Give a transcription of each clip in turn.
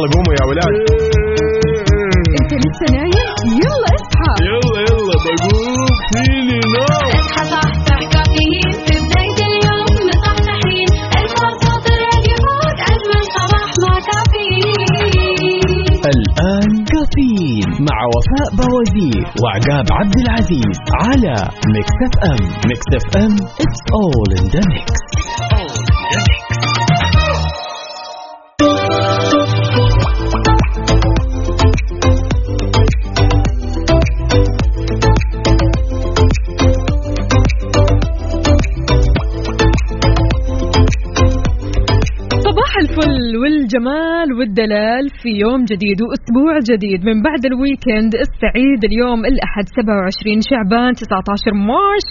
يلا قوموا يا ولاد. انت لسه نايم؟ يلا اصحى. يلا بقوم فيني نوم. اصحى صحصح كافيين في بداية اليوم مصحصحين. اصحى صوت الراديو فوق أجمل صباح مع كافيين. الآن كافيين مع وفاء بوازير وعقاب عبد العزيز على ميكس اف ام. ميكس اف ام it's all in the mix. الفل والجمال والدلال في يوم جديد وأسبوع جديد من بعد الويكند السعيد. اليوم الأحد 27 شعبان 19 مارس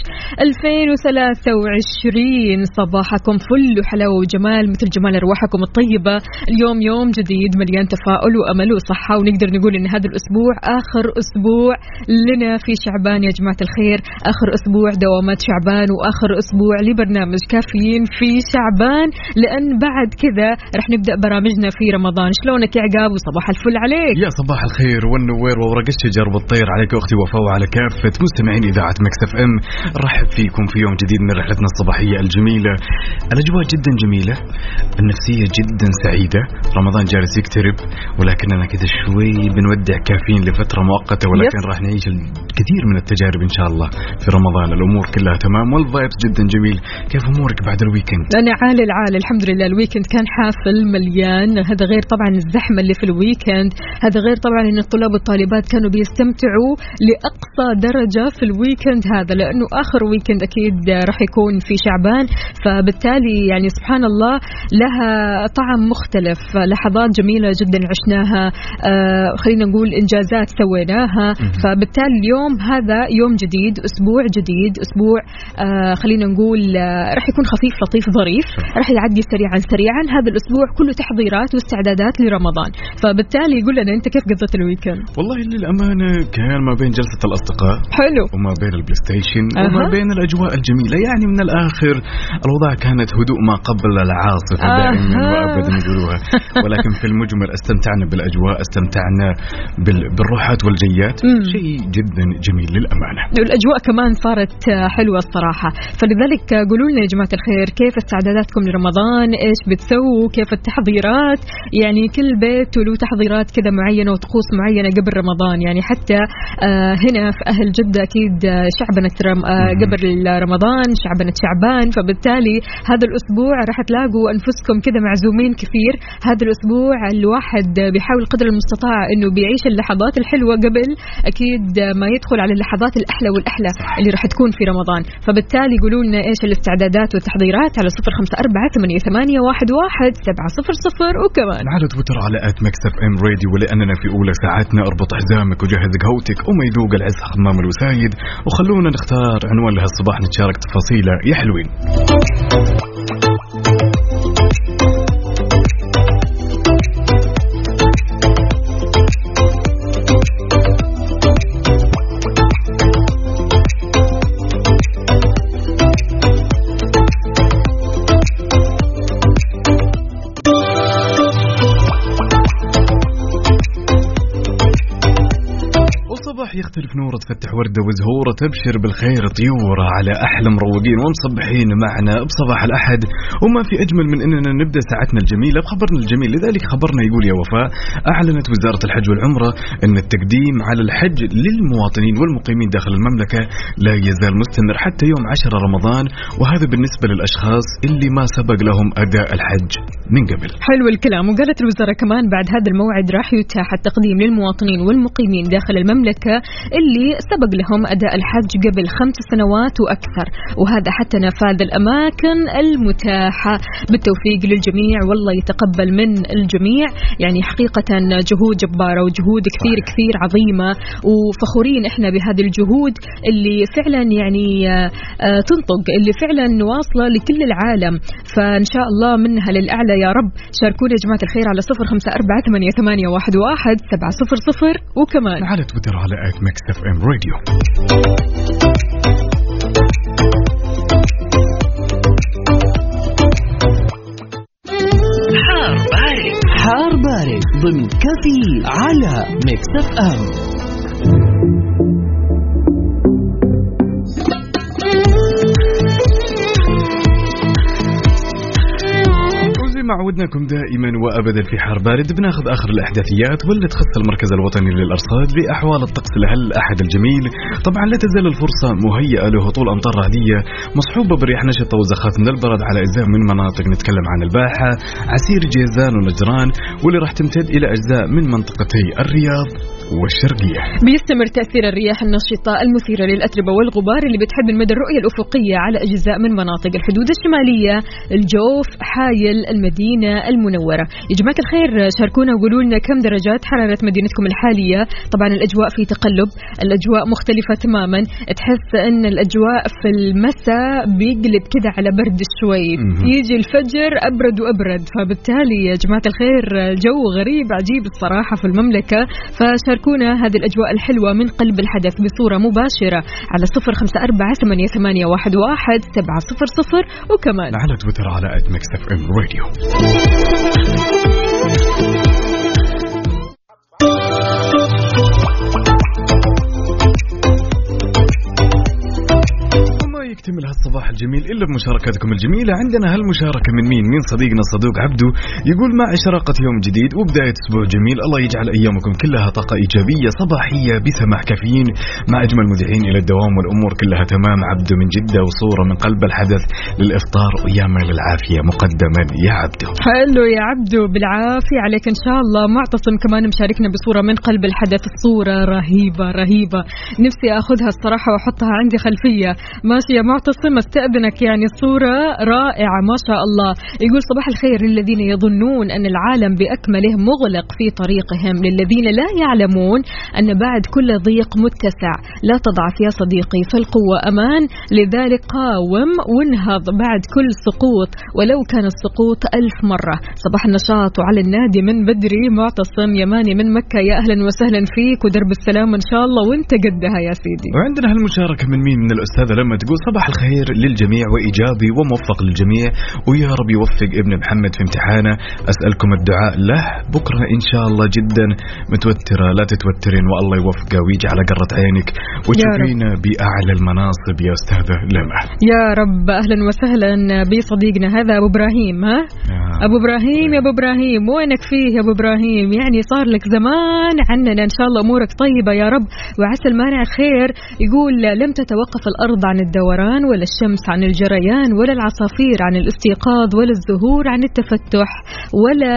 2023. صباحكم فل وحلاوة وجمال مثل جمال أرواحكم الطيبة. اليوم يوم جديد مليان تفاؤل وأمل وصحة، ونقدر نقول إن هذا الأسبوع آخر أسبوع لنا في شعبان يا جماعة الخير. آخر أسبوع دوامات شعبان وآخر أسبوع لبرنامج كافيين في شعبان، لأن بعد كذا رح نبدأ برامجنا في رمضان. شلونك يا عقاب؟ وصباح الفل عليك. يا صباح الخير والنوير وورق الشجر والطير عليك أختي وفاء وعلى كافة مستمعين إذاعة ميكس اف ام. رحب فيكم في يوم جديد من رحلتنا الصباحية الجميلة. الأجواء جدا جميلة، النفسية جدا سعيدة. رمضان جالس يقترب، ولكننا كذا شوي بنودع كافيين لفترة مؤقتة، ولكن راح نعيش الكثير من التجارب إن شاء الله في رمضان. الأمور كلها تمام والفايبس جدا جميل. كيف أمورك بعد الويكند؟ أنا عال الحمد لله. الويكند كان حافل مليان، هذا غير طبعا الزحمة اللي في الويكند، هذا غير طبعا إن الطلاب والطالبات كانوا بيستمتعوا لأقصى درجة في الويكند هذا، لأنه آخر ويكند أكيد راح يكون في شعبان، فبالتالي يعني سبحان الله لها طعم مختلف. لحظات جميلة جدا عشناها، خلينا نقول إنجازات سويناها. فبالتالي اليوم هذا يوم جديد، أسبوع جديد، أسبوع خلينا نقول راح يكون خفيف لطيف ظريف، راح يعدي سريعا. هذا الأسبوع كله تحضيرات واستعدادات لرمضان. فبالتالي يقول لنا أنت كيف قضيت الويكند؟ والله للأمانة كان ما بين جلسة الأصدقاء حلو، وما بين البلاي ستيشن وما بين الأجواء الجميلة. يعني من الآخر الوضع كانت هدوء ما قبل العاصفة دائما وأبدا يقولوها. ولكن في المجمل استمتعنا بالأجواء، استمتعنا بالروحات والجيات. شيء جدا جميل للأمانة. والأجواء كمان صارت حلوة الصراحة. فلذلك قولوا لنا يا جماعة الخير كيف استعداداتكم لرمضان؟ إيش بتسووا؟ كيف التحضيرات؟ يعني كل بيت له تحضيرات كذا معينة وطقوس معينة قبل رمضان. يعني حتى هنا في أهل جدة أكيد شعبنة قبل رمضان، شعبنة شعبان. فبالتالي هذا الأسبوع راح تلاقوا أنفسكم كذا معزومين كثير. هذا الأسبوع الواحد بيحاول قدر المستطاع إنه بيعيش اللحظات الحلوة قبل أكيد ما يدخل على اللحظات الأحلى والأحلى اللي راح تكون في رمضان. فبالتالي قولوا لنا إيش الاستعدادات والتحضيرات على 0548811700 وكمان على تويتر على @mixfm radio. ولأننا في أولى ساعاتنا اربط حزامك وجهز قهوتك وما يذوق العز خمام الوسايد، وخلونا نختار عنوان لهالصباح نتشارك تفاصيله يا حلوين. يختلف نوره تفتح وردة وزهورة تبشر بالخير طيورة على أحلى مروقين ومصبحين معنا بصباح الأحد. وما في أجمل من أننا نبدأ ساعتنا الجميلة بخبرنا الجميل. لذلك خبرنا يقول يا وفاء أعلنت وزارة الحج والعمرة أن التقديم على الحج للمواطنين والمقيمين داخل المملكة لا يزال مستمر حتى يوم 10 رمضان، وهذا بالنسبة للأشخاص اللي ما سبق لهم أداء الحج من قبل. حلو الكلام. وقالت الوزارة كمان بعد هذا الموعد راح يتاح التقديم للمواطنين والمقيمين داخل المملكة اللي سبق لهم أداء الحج قبل 5 سنوات وأكثر، وهذا حتى نفاذ الأماكن المتاحة. بالتوفيق للجميع والله يتقبل من الجميع. يعني حقيقة جهود جبارة وجهود كثير عظيمة، وفخورين إحنا بهذه الجهود اللي فعلا يعني تنطق، اللي فعلا واصلة لكل العالم. فإن شاء الله منها للأعلى يا رب. شاركونا يا جماعة الخير على 0548811700 وكمان على تويتر على @mixfm radio. حار بارد ضمن كافيين على ميكس اف ام. ما عودناكم دائما وابدا في حار بارد بناخذ اخر الاحداثيات واللي تخص المركز الوطني للارصاد باحوال الطقس لهالاحد الجميل. طبعا لا تزال الفرصه مهيئه لهطول امطار رعديه مصحوبه برياح نشطه وزخات من البرد على اجزاء من مناطق، نتكلم عن الباحه، عسير، جيزان ونجران، واللي راح تمتد الى اجزاء من منطقتي الرياض والشرقيه. بيستمر تاثير الرياح النشطه المثيره للاتربه والغبار اللي بتحد من مدى الرؤيه الافقيه على اجزاء من مناطق الحدود الشماليه، الجوف، حايل، المدينة المنورة. يا جماعة الخير شاركونا وقولوا لنا كم درجات حرارة مدينتكم الحالية. طبعا الأجواء في تقلب، الأجواء مختلفة تماما، تحس أن الأجواء في المساء بيقلب كده على برد شوي، يجي الفجر أبرد وأبرد، فبالتالي يا جماعة الخير جو غريب عجيب الصراحة في المملكة. فشاركونا هذه الأجواء الحلوة من قلب الحدث بصورة مباشرة على 0548811700 وكمان على تويتر على @mixfm radio. يكتمل هالصباح الجميل إلا بمشاركاتكم الجميلة. عندنا هالمشاركة من مين؟ من صديقنا الصدوق عبدو، يقول مع إشراقة يوم جديد وبداية أسبوع جميل، الله يجعل أيامكم كلها طاقة إيجابية صباحية بسماح كافيين مع أجمل مذيعين إلى الدوام والأمور كلها تمام. عبدو من جدة وصورة من قلب الحدث للإفطار ويامل العافية مقدما يا عبدو. حلو يا عبدو، بالعافية عليك إن شاء الله. معتصم كمان مشاركنا بصورة من قلب الحدث، الصورة رهيبة رهيبة، نفسي أخذها الصراحة وأحطها عندي خلفية. ماشي يا معتصم، استأذنك، يعني الصورة رائعة ما شاء الله. يقول صباح الخير للذين يظنون أن العالم بأكمله مغلق في طريقهم، للذين لا يعلمون أن بعد كل ضيق متسع. لا تضعف يا صديقي فالقوة أمان، لذلك قاوم وانهض بعد كل سقوط ولو كان السقوط 1000 مرة. صباح النشاط وعلى النادي من بدري. معتصم يماني من مكة، يا أهلا وسهلا فيك ودرب السلام إن شاء الله وانت قدها يا سيدي. وعندنا هالمشاركة من مين؟ من الأستاذة لما تقول صباح الخير للجميع وإيجابي وموفق للجميع، ويا رب يوفق ابن محمد في امتحانه، أسألكم الدعاء له بكرة إن شاء الله. جدا متوترة، لا تتوترين والله يوفقه ويجي على قرة عينك وتشوفينا بأعلى المناصب يا أستاذة لما. يا رب. أهلا وسهلا بصديقنا هذا أبو إبراهيم. ها أبو إبراهيم، يا أبو إبراهيم وينك فيه يا أبو إبراهيم؟ يعني صار لك زمان عننا، إن شاء الله أمورك طيبة يا رب وعسى المانع خير. يقول لم تتوقف الأرض عن الدوران ولا الشمس عن الجريان ولا العصافير عن الاستيقاظ ولا الزهور عن التفتح ولا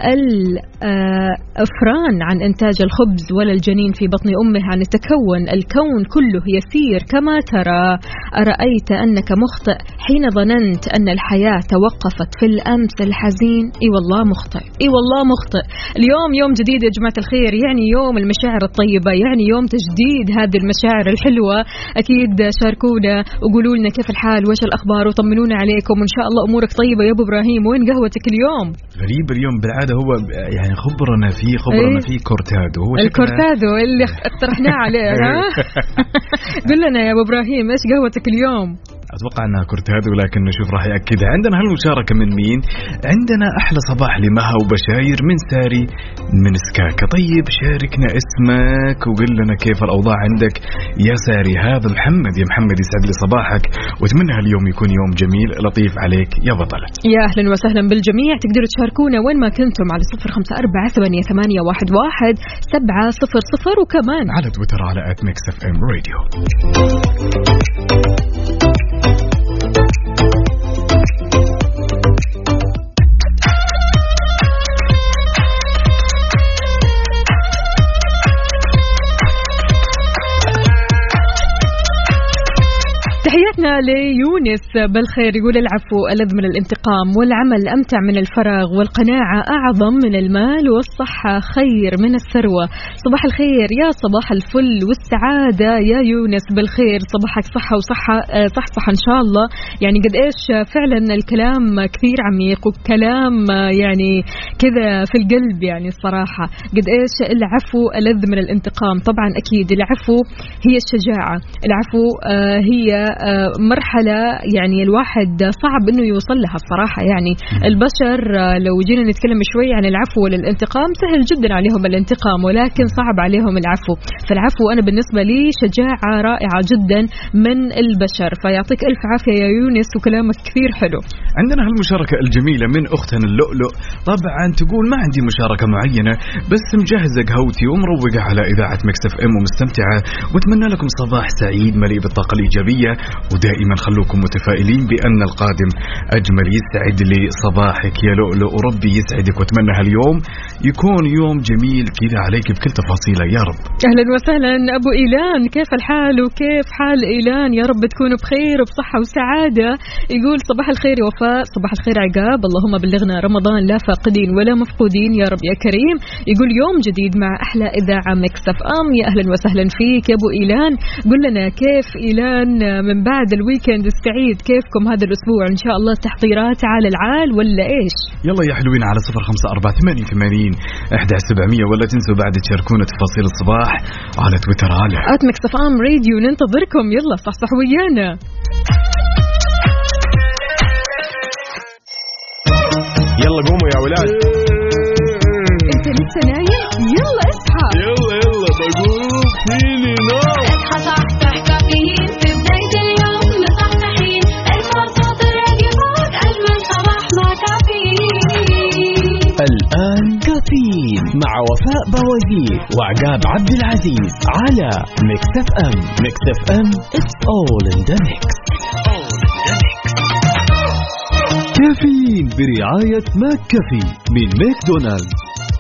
الأفران عن إنتاج الخبز ولا الجنين في بطن أمه عن التكون. الكون كله يسير كما ترى. أرأيت أنك مخطئ حين ظننت أن الحياة توقفت في الأمس الحزين؟ إي والله مخطئ، إي والله مخطئ. اليوم يوم جديد يا جماعة الخير، يعني يوم المشاعر الطيبة، يعني يوم تجديد هذه المشاعر الحلوة. أكيد شاركونا وقولوا لنا كيف الحال وإيش الأخبار وطمنونا عليكم وإن شاء الله أمورك طيبة. يا أبو إبراهيم وين قهوتك اليوم؟ غريب اليوم بالعادة هو يعني خبرنا فيه كورتادو، هو الكورتادو اللي اقترحناه عليه. قل لنا يا أبو إبراهيم إيش قهوتك اليوم؟ أتوقع أنها كورتادو لكن نشوف راح يأكدها. عندنا هالمشاركة من مين؟ عندنا أحلى صباح لمها وبشاير من ساري من سكاكا. طيب شاركنا اسمك وقل لنا كيف الأوضاع عندك يا ساري. هذا محمد. يا محمد يسعد لي صباحك وأتمنى هاليوم يكون يوم جميل لطيف عليك يا بطلة. يا أهلا وسهلا بالجميع. تقدروا تشاركونا وين ما كنتم على 0548811700 وكمان على تويتر على @mixfm radio. تحياتنا ليونس بالخير، يقول العفو ألذ من الانتقام والعمل أمتع من الفراغ والقناعة أعظم من المال والصحة خير من الثروة. صباح الخير يا صباح الفل والسعادة يا يونس بالخير. صباحك صحة وصحة صح إن شاء الله. يعني قد إيش فعلا الكلام كثير عميق وكلام يعني كذا في القلب. يعني الصراحة قد إيش العفو ألذ من الانتقام. طبعا أكيد العفو هي الشجاعة، العفو هي مرحلة يعني الواحد صعب إنه يوصل لها الصراحة. يعني البشر لو جينا نتكلم شوي عن العفو والانتقام، سهل جدا عليهم الانتقام ولكن صعب عليهم العفو. فالعفو أنا بالنسبة لي شجاعة رائعة جدا من البشر. فيعطيك ألف عافية يا يونس وكلامك كثير حلو. عندنا هالمشاركة الجميلة من أختنا اللؤلؤ. طبعا تقول ما عندي مشاركة معينة بس مجهزة قهوتي ومروقة على إذاعة ميكس اف ام ومستمتعة، واتمنى لكم صباح سعيد مليء بالطاقة الإيجابية، ودائما خلوكم متفائلين بأن القادم أجمل. يسعد لي صباحك يا لؤلؤ وربي يسعدك، واتمنى هاليوم يكون يوم جميل كذا عليك بكل تفاصيله يا رب. أهلا وسهلا أبو إيلان، كيف الحال وكيف حال إيلان؟ يا رب تكونوا بخير وبصحة وسعادة. يقول صباح الخير يا وفاء، صباح الخير عقاب، اللهم بلغنا رمضان لا فاقدين ولا مفقودين يا رب يا كريم. يقول يوم جديد مع أحلى إذاعة ميكس اف ام. يا أهلا وسهلا فيك يا أبو إيلان. قل لنا كيف إيلان من بعد الويكند السعيد، كيفكم هذا الأسبوع؟ إن شاء الله تحضيرات على العال ولا إيش؟ يلا يا حلوين على 0548811700 ولا تنسوا بعد تشاركونا تفاصيل الصباح على تويتر على ميكس اف ام راديو. ننتظركم، يلا صحصح ويانا. يلا قوموا يا ولاد. انت لسه نايم؟ يلا اصحى. يلا بقوم فيني نوم. اصحى صحصح كافيين في بداية اليوم مصحصحين، ارفع صوت الراديو فوق أجمل صباح مع كافيين. الآن كافيين مع وفاء بوازير وعقاب عبد العزيز على ميكس اف ام. ميكس اف ام it's all in the mix. كافيين برعاية ماك كافي من ماكدونالدز.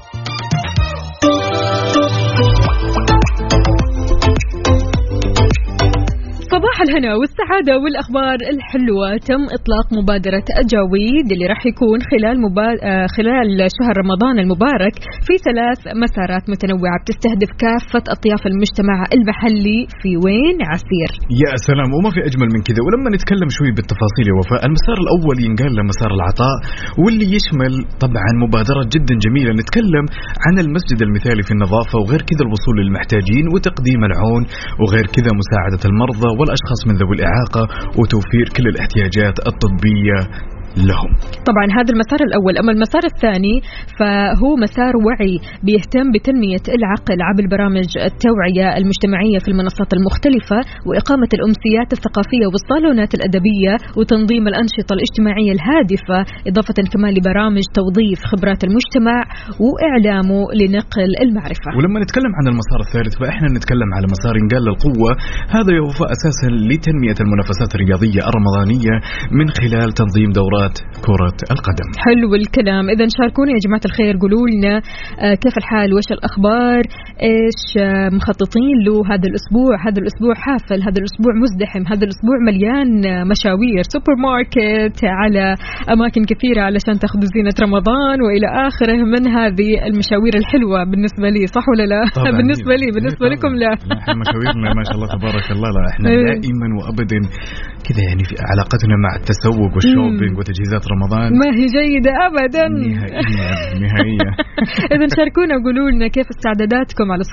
صباح الهنا والسعادة والأخبار الحلوة. تم إطلاق مبادرة أجاويد اللي راح يكون خلال شهر رمضان المبارك في 3 مسارات متنوعة بتستهدف كافة أطياف المجتمع المحلي في وين عسير. يا سلام، وما في أجمل من كذا. ولما نتكلم شوي بالتفاصيل يا وفاء، المسار الأول ينقال له مسار العطاء، واللي يشمل طبعا مبادرة جدا جميلة. نتكلم عن المسجد المثالي في النظافة، وغير كذا الوصول للمحتاجين وتقديم العون، وغير كذا مساعدة المرضى والأشخاص من ذوي الإعاقة وتوفير كل الاحتياجات الطبية لهم. طبعا هذا المسار الأول. أما المسار الثاني فهو مسار وعي بيهتم بتنمية العقل عبر برامج التوعية المجتمعية في المنصات المختلفة، وإقامة الأمسيات الثقافية والصالونات الأدبية، وتنظيم الأنشطة الاجتماعية الهادفة، إضافة كمان لبرامج توظيف خبرات المجتمع وإعلامه لنقل المعرفة. ولما نتكلم عن المسار الثالث فإحنا نتكلم على مسار ينقال للقوة. هذا يوفى أساسا لتنمية المنافسات الرياضية الرمضانية من خلال تنظيم دورات كرة القدم. حلو الكلام. إذا شاركونا يا جماعة الخير، قولوا لنا كيف الحال وإيش الأخبار، إيش مخططين له هذا الأسبوع. هذا الأسبوع حافل، هذا الأسبوع مزدحم، هذا الأسبوع مليان مشاوير، سوبر ماركت، على أماكن كثيرة علشان تاخذوا زينة رمضان وإلى آخره من هذه المشاوير الحلوة. بالنسبة لي صح ولا لا؟ بالنسبة لي، بالنسبة لكم لا. احنا مشاويرنا ما شاء الله تبارك الله، لا احنا دائما وأبدا كذا يعني في علاقتنا مع التسوق والشوبينج وتجهيزات رمضان ما هي جيدة أبدا نهائية. إذا شاركونا وقولوا لنا كيف استعداداتكم على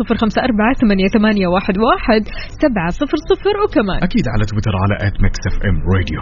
0548811700 وكمان أكيد على تويتر على @mixfmradio.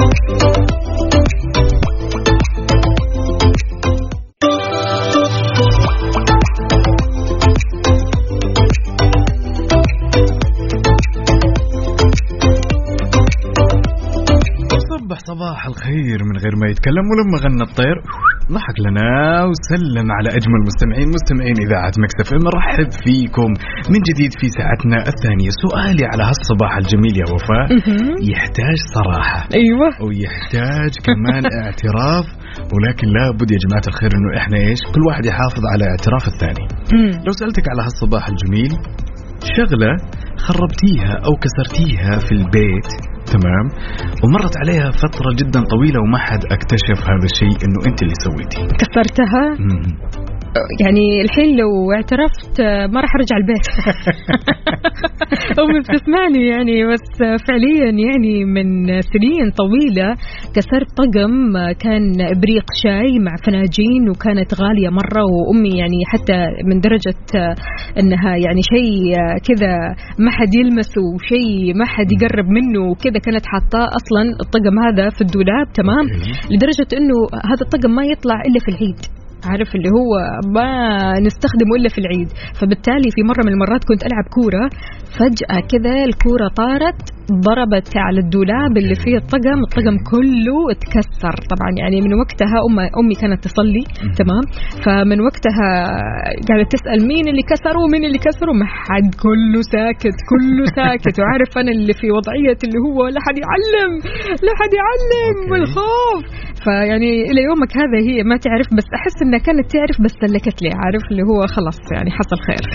صباح الخير من غير ما يتكلم، ولما غنى الطير ضحك لنا وسلم على أجمل مستمعين إذاعة ميكس اف ام. نرحب فيكم من جديد في ساعتنا الثانية. سؤالي على هالصباح الجميل يا وفاء يحتاج صراحة، أيوة، ويحتاج كمان اعتراف، ولكن لا بد يا جماعة الخير إنه إحنا إيش كل واحد يحافظ على اعتراف الثاني. لو سألتك على هالصباح الجميل شغلة خربتيها أو كسرتيها في البيت، تمام، ومرت عليها فترة جدا طويلة وما حد اكتشف هذا الشيء انه انت اللي سويتي، كسرتها يعني الحين لو اعترفت ما راح ارجع البيت. امي بتسمعني يعني، بس فعليا يعني من سنين طويله كسرت طقم كان ابريق شاي مع فناجين وكانت غاليه مره، وامي يعني حتى من درجه انها يعني شيء كذا ما حد يلمسه وشيء ما حد يقرب منه وكذا، كانت حاطاه اصلا الطقم هذا في الدولاب تمام، لدرجه انه هذا الطقم ما يطلع الا في العيد، عارف اللي هو ما نستخدمه إلا في العيد. فبالتالي في مرة من المرات كنت ألعب كورة، فجأة كذا الكورة طارت ضربت على الدولاب اللي فيه الطقم كله اتكسر. طبعا يعني من وقتها أمي كانت تصلي تمام، فمن وقتها قاعدة تسأل مين اللي كسره ما حد، كله ساكت. وعارف أنا اللي في وضعية اللي هو لا حد يعلم والخوف. فيعني إلى يومك هذا هي ما تعرف، بس أحس إنها كانت تعرف بس سلكت لي، عارف اللي هو خلاص يعني حصل خير.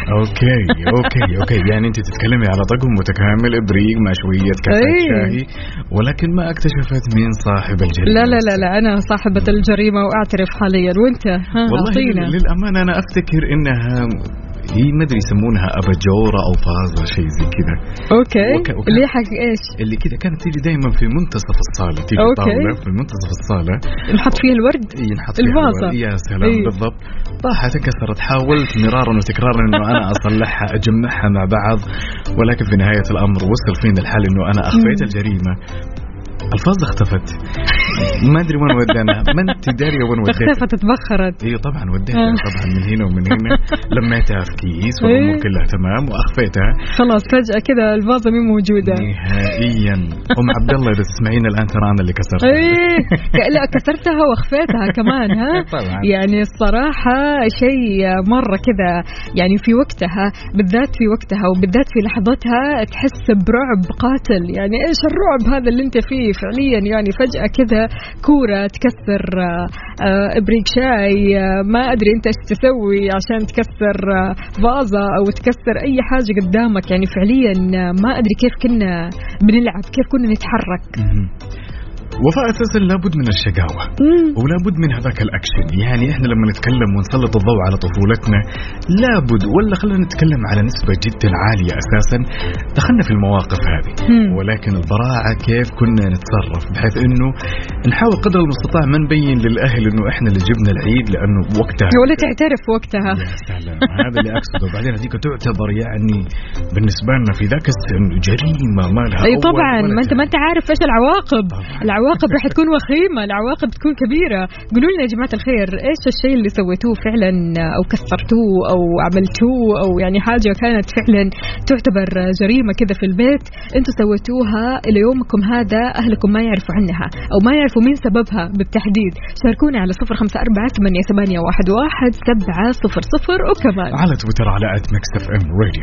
أوكي يعني أنت تتكلمي على طقم متكامل إبريق مع شوية كاسات شاهي، ولكن ما اكتشفت مين صاحب الجريمة. لا أنا صاحبة الجريمة وأعترف حاليا. وأنت والله للأمانة أنا أفتكر إنها هي ما ادري يسمونها اباجوره او فازه شيء زي كذا. اوكي اللي حق ايش اللي كذا كانت تيجي دائما في منتصف الصاله، تيجي طاوله في منتصف الصاله نحط فيها الورد، ينحط فيها الورد. يا سلام بالضبط. طاحت انكسرت، حاولت مرارا وتكرارا انه انا اصلحها اجمعها مع بعض، ولكن في نهايه الامر وصل فينا الحال انه انا اخفيت الجريمه. الفاظ اختفت، ما ادري وين ودانا، ما انت داريه وين وديتها. اختفت اتبخرت. ايوه طبعا وديتها طبعا من هنا ومن هنا، لميتها في كيس والامور كلها تمام واخفيتها. خلاص فجاه كذا الفازه مو موجوده نهائيا. ام عبد الله اذا تسمعين الان ترى انا اللي كسرتها. لا كسرتها واخفيتها كمان ها. طبعا. يعني الصراحه شيء مره كذا يعني في وقتها بالذات، في وقتها وبالذات في لحظتها تحس برعب قاتل. يعني ايش الرعب هذا اللي انت فيه فعليا؟ يعني فجأة كذا كورة تكسر إبريق شاي، ما أدري أنت إيش تسوي عشان تكسر فازة أو تكسر أي حاجة قدامك. يعني فعليا ما أدري كيف كنا بنلعب، كيف كنا نتحرك. وفاء أساسا لابد من الشقاوة ولابد من هذاك الأكشن. يعني إحنا لما نتكلم ونسلط الضوء على طفولتنا لابد، ولا خلينا نتكلم على نسبة جدا عالية أساسا دخلنا في المواقف هذه، ولكن البراعة كيف كنا نتصرف بحيث إنه نحاول قدر المستطاع ما نبين للأهل إنه إحنا اللي جبنا العيد، لأنه وقتها ولا تعترف وقتها. يا سلام هذا اللي أقصده. وبعدين هذيك تعتبر يعني بالنسبة لنا في ذاك السن جريمة ما لها أي طبعا، ما أنت عارف إيش العواقب. العواقب راح تكون وخيمة، العواقب تكون كبيرة. قولوا لنا يا جماعة الخير إيش الشيء اللي سويتوه فعلا أو كسرتوه أو عملتوه أو يعني حاجة كانت فعلا تعتبر جريمة كذا في البيت أنتوا سويتوها إلى يومكم هذا أهلكم ما يعرفوا عنها أو ما يعرفوا مين سببها بالتحديد. شاركونا على 0548811700 وكمان على تويتر على @mixfm radio.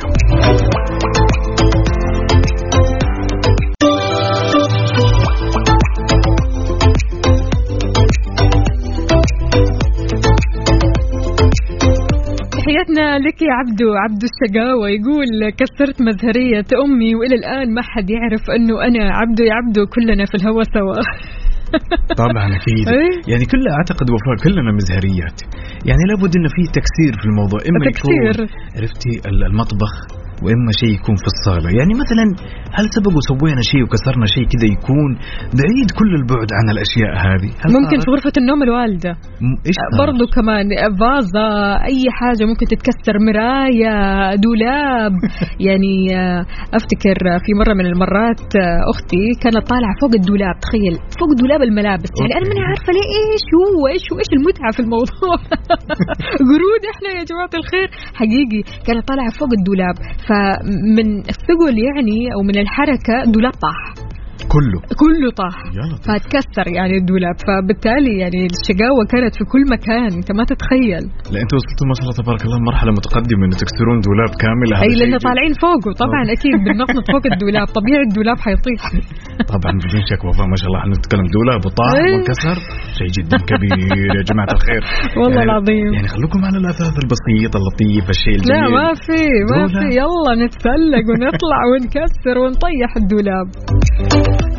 تحياتنا لك يا عبدو الشقاوة. يقول كسرت مزهرية أمي وإلى الآن ما حد يعرف أنه أنا عبدو يا عبدو، كلنا في الهوى سوا. طبعا أكيد. يعني كلها أعتقد وفاء كلنا مزهريات. يعني لابد إنه في تكسير في الموضوع، إما يكون عرفتي المطبخ وإما شيء يكون في الصالة. يعني مثلا هل سبق وسوينا شيء وكسرنا شيء كذا يكون بعيد كل البعد عن الأشياء هذه؟ ممكن في غرفة النوم الوالدة برضو كمان فازة، أي حاجة ممكن تتكسر، مراية، دولاب. يعني أفتكر في مرة من المرات أختي كانت طالعة فوق الدولاب، تخيل فوق دولاب الملابس. يعني أنا ماني عارفة ليه إيش المتعة في الموضوع. قرود إحنا يا جماعة الخير حقيقي. كانت طالعة فوق الدولاب، فمن الثقل يعني أو من الحركة دولاب طاح كله طاح فتكسر يعني الدولاب. فبالتالي يعني الشقاوة كانت في كل مكان، انت ما تتخيل. لا انتوا وصلتوا ما شاء الله تبارك الله مرحلة متقدمة انه تكسرون دولاب كامل. اي لانه طالعين فوقه طبعا اكيد بننط فوق الدولاب، طبيعي الدولاب حيطيح. طبعا بدون شك وفاء ما شاء الله احنا نتكلم دولاب وطاح وانكسر شيء جدا كبير يا جماعة الخير. والله يعني العظيم. يعني خلوكم على الاثاث البسيط اللطيف الشيء الجميل. لا ما في يلا نتسلق ونطلع ونكسر ونطيح الدولاب.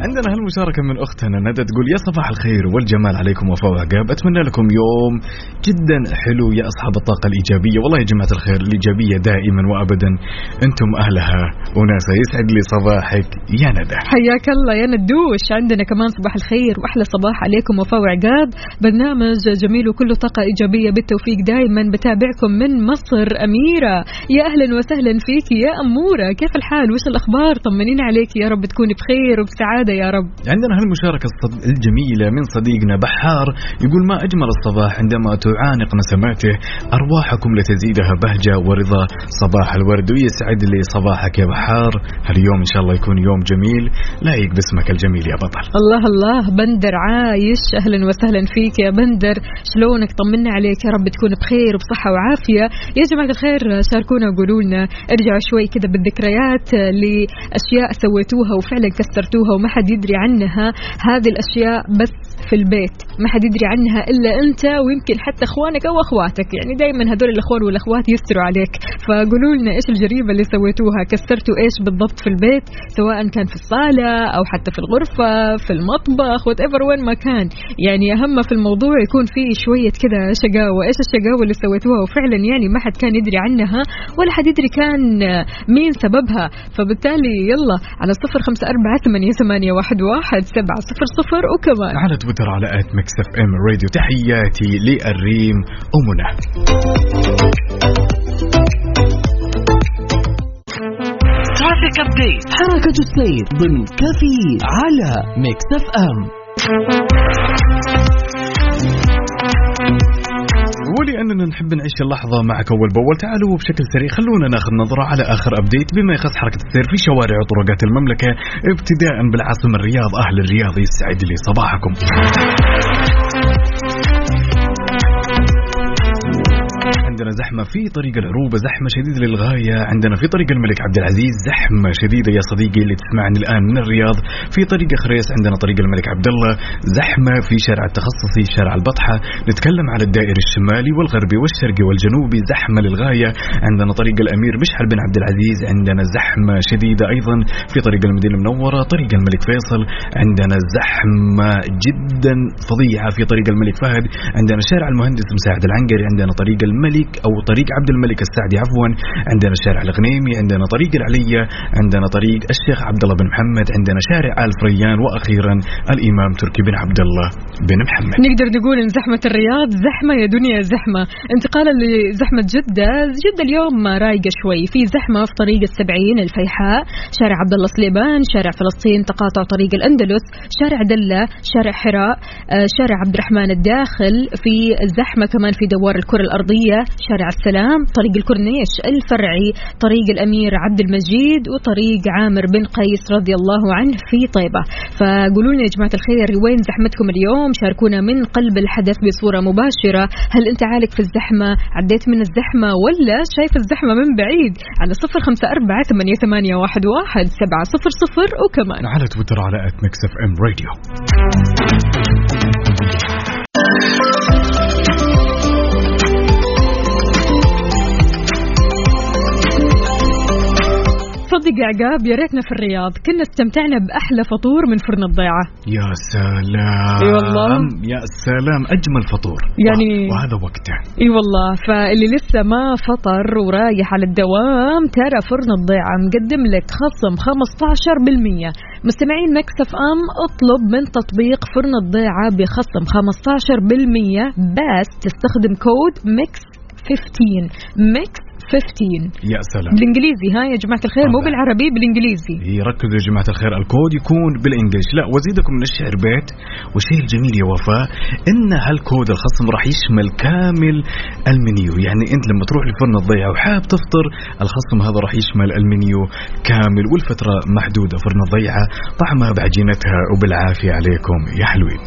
عندنا هالمشاركة من أختنا ندى تقول يا صباح الخير والجمال عليكم وفاء وعقاب، أتمنى لكم يوم جدا حلو يا أصحاب الطاقة الإيجابية. والله يا جماعة الخير الإيجابية دائما وأبدا أنتم أهلها وناسا. يسعد لي صباحك يا ندى. حياك الله يا ندوش. عندنا كمان صباح الخير وأحلى صباح عليكم وفاء وعقاب، برنامج جميل وكله طاقة إيجابية بالتوفيق دائما. بتابعكم من مصر أميرة. يا أهلا وسهلا فيك يا أمورة، كيف الحال وش الأخبار؟ طمنين عليك يا رب تكوني بخير وبسعادة يا رب. عندنا هالمشاركة الجميلة من صديقنا بحار يقول ما أجمل الصباح عندما تعانق نسماته أرواحكم لتزيدها بهجة ورضا. صباح الورد ويسعد لي صباحك يا بحار. هاليوم إن شاء الله يكون يوم جميل لايق باسمك الجميل يا بطل. الله الله. بندر عايش أهلا وسهلا فيك يا بندر، شلونك؟ طمنا عليك يا رب تكون بخير وبصحة وعافية. يا جماعة الخير شاركونا وقولوا لنا، ارجعوا شوي كذا بالذكريات لأشياء سويتوها وفعلا كسرتوها وما حد يدري عنها. هذه الأشياء بس في البيت ما حد يدري عنها إلا أنت ويمكن حتى أخوانك أو أخواتك، يعني دايما هذول الأخوان والأخوات يستروا عليك. فقولوا لنا إيش الجريمة اللي سويتوها، كسرتوا إيش بالضبط في البيت، سواء كان في الصالة أو حتى في الغرفة في المطبخ whatever وين ما كان. يعني أهم في الموضوع يكون فيه شوية كذا شقاوة. إيش الشقاوة اللي سويتوها وفعلا يعني ما حد كان يدري عنها ولا حد يدري كان مين سببها؟ فبالتالي يلا على 0548811700 وكمان على تويتر على @mixfm radio. تحياتي للريم أمنا. ترافيك أبديت، حركة السير ضمن كافيين على ميكس اف ام. ولأننا نحب نعيش اللحظة معك أول بأول، تعالوا بشكل سريع خلونا ناخذ نظرة على آخر أبديت بما يخص حركة السير في شوارع وطرقات المملكة، ابتداء بالعاصمة الرياض. أهل الرياض يسعد لي صباحكم. عندنا زحمة في طريق العروبة، زحمة شديدة للغاية. عندنا في طريق الملك عبد العزيز زحمة شديدة يا صديقي اللي تسمعني الآن من الرياض. في طريق خريس عندنا طريق الملك عبد الله زحمة. في شارع التخصصي شارع البطحة. نتكلم على الدائري الشمالي والغربي والشرقي والجنوبي زحمة للغاية. عندنا طريق الأمير مشعل بن عبد العزيز عندنا زحمة شديدة أيضا. في طريق المدينة المنورة طريق الملك فيصل عندنا زحمة جدا فظيعة. في طريق الملك فهد عندنا شارع المهندس مساعد العنقري. عندنا طريق الملك أو طريق عبد الملك السعدي عفوا. عندنا شارع الغنيمي. عندنا طريق العلية. عندنا طريق الشيخ عبد الله بن محمد. عندنا شارع آل فريان. وأخيرا الإمام تركي بن عبد الله بن محمد. نقدر نقول إن زحمة الرياض زحمة يا دنيا زحمة. انتقالا لزحمة جدة اليوم رايقة شوي. في زحمة في طريق السبعين الفيحاء شارع عبد الله سليمان شارع فلسطين تقاطع طريق الأندلس شارع دلة شارع حراء شارع عبد الرحمن الداخل. في زحمة كمان في دوار الكرة الأرضية شارع السلام طريق الكورنيش الفرعي طريق الأمير عبد المجيد وطريق عامر بن قيس رضي الله عنه في طيبة. فقولوا لنا يا جماعة الخير وين زحمتكم اليوم؟ شاركونا من قلب الحدث بصورة مباشرة. هل أنت عالق في الزحمة؟ عديت من الزحمة ولا شايف الزحمة من بعيد؟ على 0548811700 وكمان على تويتر على @mixfm radio. صدق عقاب يا ريتنا في الرياض كنا استمتعنا بأحلى فطور من فرن الضيعة. يا سلام. اي والله يا سلام أجمل فطور يعني وهذا وقته. اي والله. فاللي لسه ما فطر ورايح على الدوام ترى فرن الضيعة مقدم لك خصم 15%. مستمعين ميكس اف ام اطلب من تطبيق فرن الضيعة بخصم 15% بس تستخدم كود ميكس 15 ميكس 15 يا سلام بالانجليزي. ها يا جماعه الخير مو بالعربي بالانجليزي. ركزوا يا جماعه الخير الكود يكون بالانجليش. لا وزيدكم من الشعر بيت. والشيء الجميل يا وفاء ان هالكود الخصم راح يشمل كامل المنيو. يعني انت لما تروح لفرن الضيعة وحاب تفطر الخصم هذا راح يشمل المنيو كامل والفتره محدوده. فرن الضيعة طعمها بعجينتها وبالعافيه عليكم يا حلوين.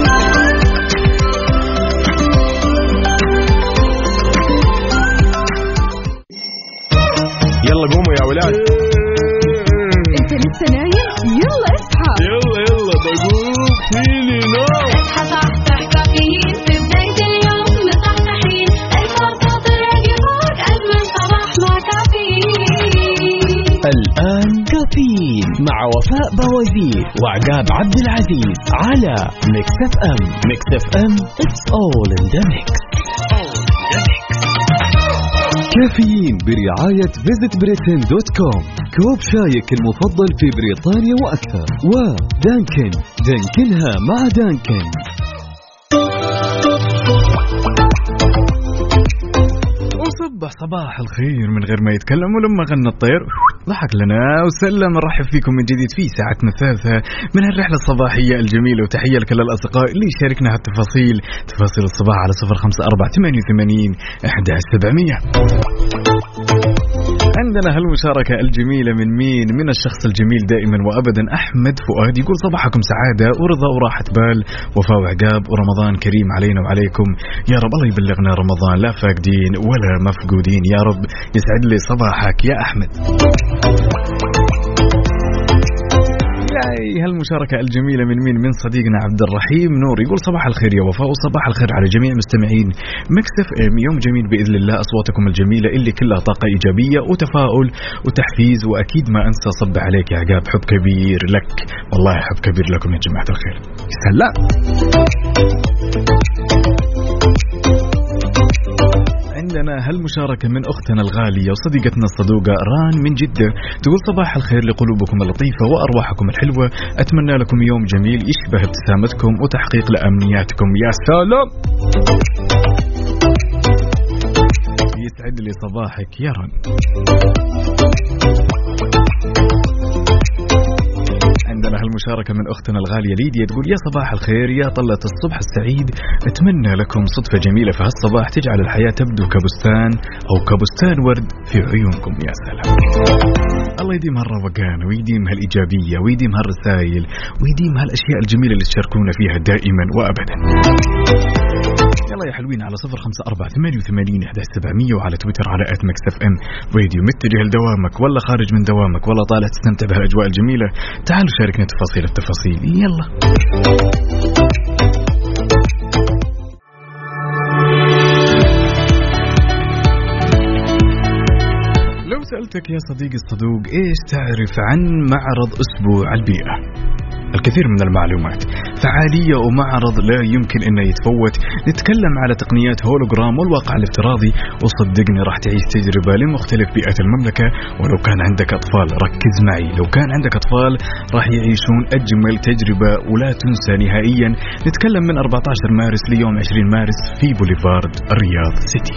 يلا قوموا يا ولاد. انت لسه نايم؟ يلا اصحى. يلا بقوم فيني نوم. اصحى صحصح كافيين في بداية اليوم مصحصحين الفرصة راجع فوق أجمل صباح مع كافيين. الآن كافيين مع وفاء بوازير بوزير وعقاب عبد العزيز على ميكس اف ام. ميكس اف ام it's all in the mix. كافيين برعاية visitbritain.com. كوب شايك المفضل في بريطانيا وأكثر. ودانكن، دانكنها مع دانكن. وصبح صباح الخير من غير ما يتكلم، ولما غنى الطير ضحك لنا وسلم. نرحب فيكم من جديد في ساعتنا الثالثة من الرحلة الصباحية الجميلة، وتحية لكل الأصدقاء اللي شاركنا هالتفاصيل، تفاصيل الصباح على 0548811700. عندنا هالمشاركة الجميلة من مين؟ من الشخص الجميل دائما وأبدا أحمد فؤاد، يقول صباحكم سعادة ورضا وراحة بال، وفاء وعقاب، ورمضان كريم علينا وعليكم يا رب. الله يبلغنا رمضان لا فاقدين ولا مفقودين يا رب. يسعد لي صباحك يا أحمد. هالمشاركة الجميلة من مين؟ من صديقنا عبد الرحيم نور، يقول صباح الخير يا وفاء، وصباح الخير على جميع مستمعين ميكس اف ام. يوم جميل بإذن الله، أصواتكم الجميلة اللي كلها طاقة إيجابية وتفاؤل وتحفيز، وأكيد ما أنسى صب عليك يا عقاب. حب كبير لك، والله حب كبير لكم يا جماعة الخير. سلام. عندنا هالمشاركة من أختنا الغالية وصديقتنا الصدوقة ران من جدة، تقول صباح الخير لقلوبكم اللطيفة وأرواحكم الحلوة، أتمنى لكم يوم جميل يشبه ابتسامتكم وتحقيق لأمنياتكم. يا سلام، يسعد لي صباحك يا ران. عندنا هالمشاركة من أختنا الغالية ليديا، تقول يا صباح الخير يا طلة الصبح السعيد، أتمنى لكم صدفة جميلة في هالصباح تجعل الحياة تبدو كبستان أو كبستان ورد في عيونكم. يا سلام، الله يديم هالروقان ويديم هالإيجابية ويديم هالرسائل ويديم هالأشياء الجميلة اللي تشاركونا فيها دائما وأبدا. يلا يا حلوين على 0548811700 وعلى تويتر على @mixfm راديو. متجه لدوامك ولا خارج من دوامك ولا طالع تستمتع بهالأجواء الجميلة؟ تعالوا شاركنا تفاصيل التفاصيل. يلا. لو سألتك يا صديقي الصدوق إيش تعرف عن معرض أسبوع البيئة؟ الكثير من المعلومات، فعالية ومعرض لا يمكن أنه يتفوت. نتكلم على تقنيات هولوجرام والواقع الافتراضي، وصدقني راح تعيش تجربة لمختلف بيئات المملكة. ولو كان عندك أطفال ركز معي، لو كان عندك أطفال راح يعيشون أجمل تجربة ولا تنسى نهائيا. نتكلم من 14 مارس ليوم 20 مارس في بوليفارد الرياض سيتي.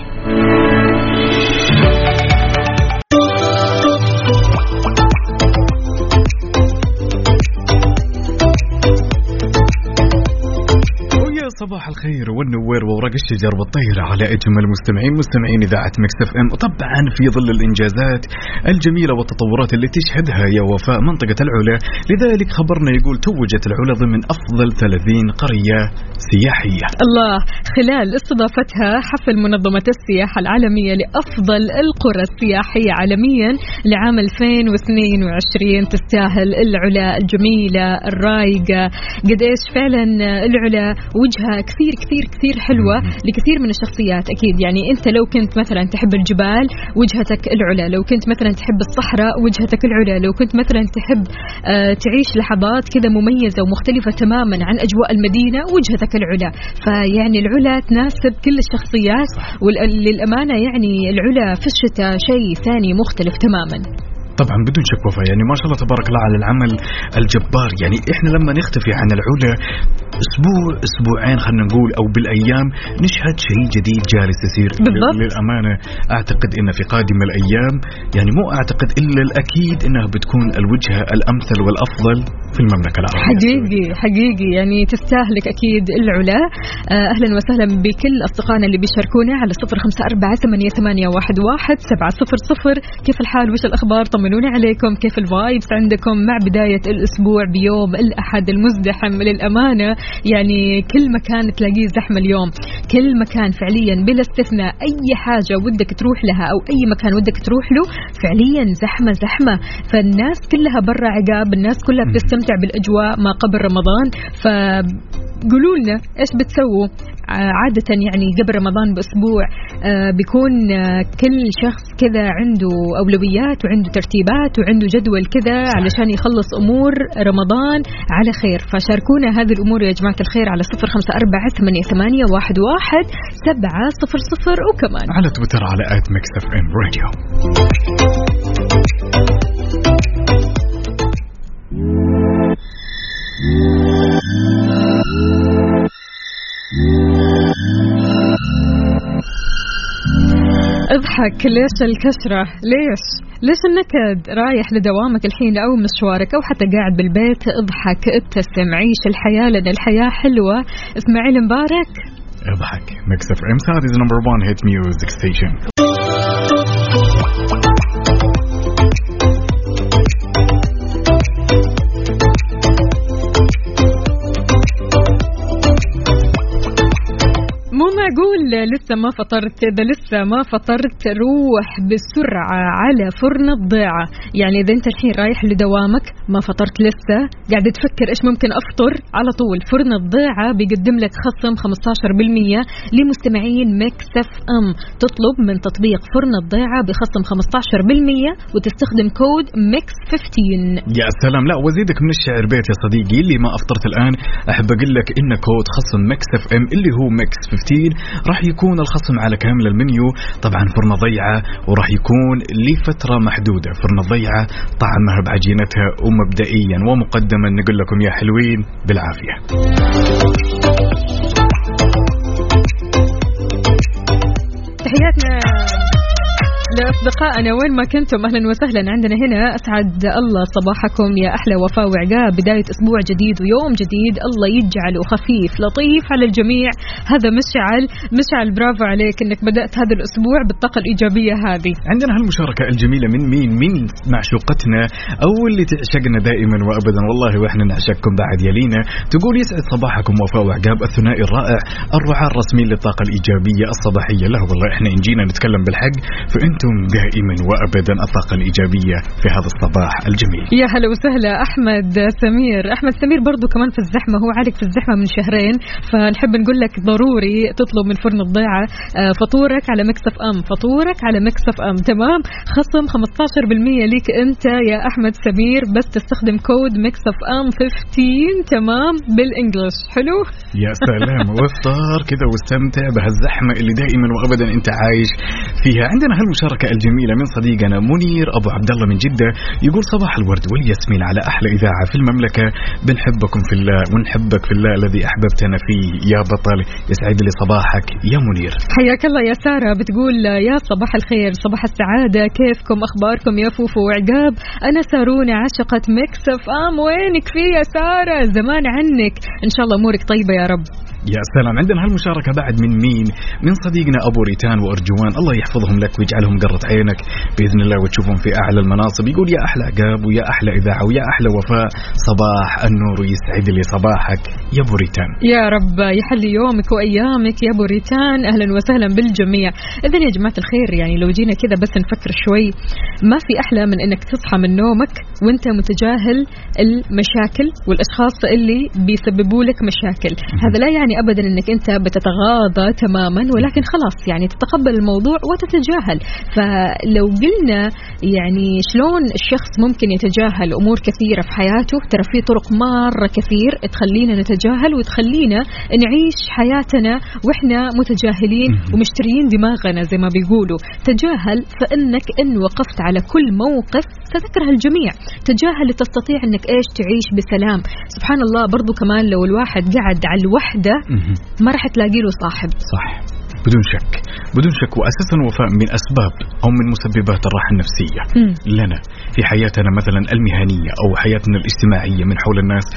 صباح الخير والنوير وورق الشجر والطير على أجمل مستمعين إذاعة ميكس اف ام، وطبعا في ظل الإنجازات الجميلة والتطورات اللي تشهدها يا وفاء منطقة العلا. لذلك خبرنا يقول توجت العلا ضمن أفضل 30 قرية سياحية. الله، خلال استضافتها حفل منظمة السياحة العالمية لأفضل القرى السياحية عالميا لعام 2022. تستاهل العلا الجميلة الرايقة. قد إيش فعلا العلا وجهة كثير كثير كثير حلوة لكثير من الشخصيات. أكيد يعني أنت لو كنت مثلا تحب الجبال وجهتك العلا، لو كنت مثلا تحب الصحراء وجهتك العلا، لو كنت مثلا تحب تعيش لحظات كذا مميزة ومختلفة تماما عن أجواء المدينة وجهتك العلا. فيعني العلا تناسب كل الشخصيات، وللأمانة يعني العلا في الشتاء شيء ثاني مختلف تماما. طبعا بدون شك وفاء، يعني ما شاء الله تبارك الله على العمل الجبار. يعني احنا لما نختفي عن العلا أسبوعين خلنا نقول أو بالأيام نشهد شيء جديد جالس يصير. للأمانة أعتقد إن في قادم الأيام يعني مو أعتقد إلا الأكيد إنها بتكون الوجهة الأمثل والأفضل في المملكة العربية. حقيقي يعني تستاهلك أكيد العلا. أهلا وسهلا بكل أصدقائنا اللي بيشاركونا على 0548811700. كيف الحال؟ وش الأخبار؟ طمنوني عليكم. كيف الفايبس عندكم مع بداية الأسبوع بيوم الأحد المزدحم؟ للأمانة يعني كل مكان تلاقيه زحمة اليوم، كل مكان فعليا بلا استثناء. أي حاجة ودك تروح لها أو أي مكان ودك تروح له فعليا زحمة. فالناس كلها برا عقاب، الناس كلها بتستمتع نستمتع بالأجواء ما قبل رمضان. فقولوا لنا إيش بتسووا عادة يعني قبل رمضان بأسبوع. بيكون كل شخص كذا عنده أولويات وعنده ترتيبات وعنده جدول كذا علشان يخلص أمور رمضان على خير. فشاركونا هذه الأمور يا جماعة الخير على 0548811700 وكمان على تويتر على @mixfmradio. اضحك. ليش الكسرة؟ ليش النكد؟ رايح لدوامك الحين أو مشوارك أو حتى قاعد بالبيت، اضحك، ابتسم، عيش الحياة لأن الحياة حلوة. اسماعيل مبارك. اضحك. Mix FM Saudi's #1 hit music station. معقول لسه ما فطرت؟ إذا لسه ما فطرت روح بسرعة على فرن الضيعة. يعني إذا أنت الحين رايح لدوامك ما فطرت لسه، قاعد تفكر إيش ممكن أفطر، على طول فرن الضيعة بيقدم لك خصم 15% لمستمعين ميكس اف ام. تطلب من تطبيق فرن الضيعة بخصم 15% وتستخدم كود ميكس 15. يا سلام. لا وزيدك من الشعر بيت يا صديقي، اللي ما أفطرت الآن أحب أقول لك إن كود خصم ميكس اف ام اللي هو ميكس 15 راح يكون الخصم على كامل المنيو. طبعا فرن ضيعة وراح يكون لفترة محدودة. فرن ضيعة طعمها بعجينتها ومبدئيا ومقدما نقول لكم يا حلوين بالعافية. تحياتنا لأصدقائنا وين ما كنتم، أهلا وسهلا عندنا هنا. أسعد الله صباحكم يا أحلى وفاء وعقاب. بداية أسبوع جديد ويوم جديد، الله يجعله خفيف لطيف على الجميع. هذا مشعل برافو عليك إنك بدأت هذا الأسبوع بالطاقة الإيجابية هذه. عندنا هالمشاركة الجميلة من مين معشوقتنا أو اللي تعشقنا دائما وأبدا، والله وإحنا نعشقكم بعد يلينا. تقول يسعد صباحكم وفاء وعقاب الثنائي الرائع الرعاة الرسمي للطاقة الإيجابية الصباحية. لا والله إحنا إن جينا نتكلم بالحق فأنتم دائما وأبدا الطاقة الإيجابية في هذا الصباح الجميل. يا هلا وسهلا أحمد سمير برضو كمان في الزحمة، هو عارف في الزحمة من شهرين، فنحب نقول لك ضروري تطلب من فرن الضيعة فطورك على ميكس اف ام. فطورك على ميكس اف ام تمام، خصم 15% ليك أنت يا أحمد سمير، بس تستخدم كود ميكس اف ام 15 تمام بالإنجليش. حلو يا سلام. وافطار كذا واستمتع بهالزحمة اللي دائما وأبدا أنت عايش فيها. عندنا هالمشاركة الجميلة من صديقنا منير أبو عبد الله من جدة، يقول صباح الورد والياسمين على أحلى إذاعة في المملكة، بنحبكم في الله ونحبك في الله الذي أحببتنا فيه يا بطل. يسعد لي صباحك يا منير. حياك الله يا سارة، بتقول يا صباح الخير صباح السعادة، كيفكم أخباركم يا فوفو وعقاب؟ أنا سارونة عشقة ميكس اف ام. وينك في يا سارة؟ زمان عنك. إن شاء الله أمورك طيبة يا رب. يا سلام. عندنا هالمشاركة بعد من مين؟ من صديقنا أبو ريتان وأرجوان، الله يحفظهم لك ويجعلهم قرة عينك بإذن الله وتشوفهم في أعلى المناصب. يقول يا أحلى عقاب ويا أحلى إذاعة ويا أحلى وفاء، صباح النور ويسعد لي صباحك يا أبو ريتان. يا رب يحلي يومك وأيامك يا أبو ريتان، أهلا وسهلا بالجميع. إذن يا جماعة الخير يعني لو جينا كذا بس نفكر شوي، ما في أحلى من أنك تصحى من نومك وأنت متجاهل المشاكل والأشخاص اللي بيسببوا لك مشاكل. هذا لا يعني أبدا أنك أنت بتتغاضى تماما، ولكن خلاص يعني تتقبل الموضوع وتتجاهل. فلو قلنا يعني شلون الشخص ممكن يتجاهل أمور كثيرة في حياته، ترى في طرق مرة كثير تخلينا نتجاهل وتخلينا نعيش حياتنا وإحنا متجاهلين ومشترين دماغنا زي ما بيقولوا. تجاهل فإنك إن وقفت على كل موقف ستكره الجميع. تجاهل لتستطيع أنك إيش تعيش بسلام. سبحان الله برضو كمان لو الواحد قعد على الوحدة ما راح تلاقي له صاحب. صح بدون شك. وأساسا وفاء من أسباب أو من مسببات الراحة النفسية لنا في حياتنا مثلا المهنية أو حياتنا الاجتماعية من حول الناس،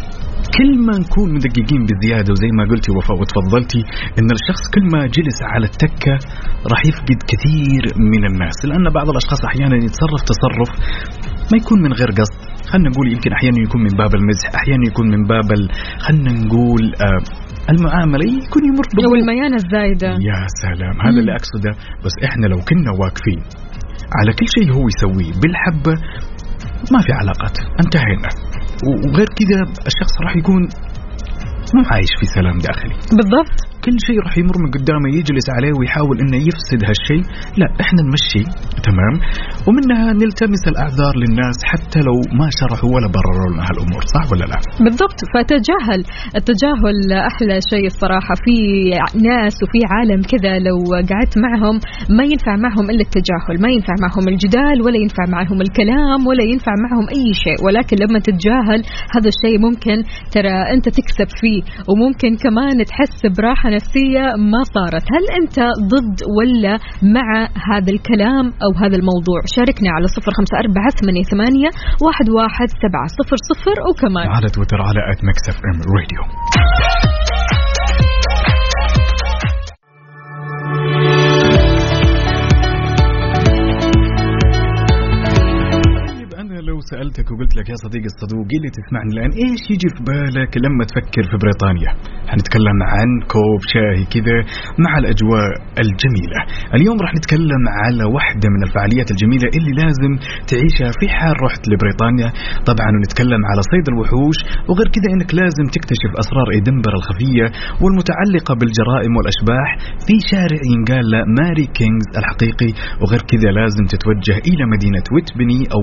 كل ما نكون مدققين بزيادة. وزي ما قلتي وفاء وتفضلتي إن الشخص كل ما جلس على التكة راح يفقد كثير من الناس، لأن بعض الأشخاص أحيانا يتصرف تصرف ما يكون من غير قصد. خلنا نقول يمكن أحيانا يكون من باب المزح، أحيانا يكون من باب خلنا نقول المعاملة يكون يمر أو الميانة الزايدة. يا سلام، هذا اللي أقصده. بس إحنا لو كنا واقفين على كل شيء هو يسويه بالحبة ما في علاقات، انتهينا. وغير كذا الشخص راح يكون مو عايش في سلام داخلي. بالضبط. كل شيء راح يمر من قدامه يجلس عليه ويحاول انه يفسد هالشيء. لا، احنا نمشي تمام، ومنها نلتمس الاعذار للناس حتى لو ما شرحوا ولا برروا لنا هالامور، صح ولا لا؟ بالضبط. التجاهل احلى شيء الصراحه. في ناس وفي عالم كذا لو قعدت معهم ما ينفع معهم الا التجاهل، ما ينفع معهم الجدال ولا ينفع معهم الكلام ولا ينفع معهم اي شيء. ولكن لما تتجاهل هذا الشيء ممكن ترى انت تكسب فيه، وممكن كمان تحس براحه نفسية ما صارت. هل أنت ضد ولا مع هذا الكلام أو هذا الموضوع؟ شاركنا على 0548811700 وكمان على تويتر على @mixfmradio. لو سألتك وقلت لك يا صديقي الصدوق اللي تسمعني الآن إيش يجي في بالك لما تفكر في بريطانيا؟ هنتكلم عن كوب شاهي كذا مع الأجواء الجميلة. اليوم راح نتكلم على واحدة من الفعاليات الجميلة اللي لازم تعيشها في حال رحت لبريطانيا. طبعا ونتكلم على صيد الوحوش، وغير كذا إنك لازم تكتشف أسرار إدنبرا الخفية والمتعلقة بالجرائم والأشباح في شارع ينقال له ماري كينغز الحقيقي. وغير كذا لازم تتوجه إلى مدينة ويتبني أو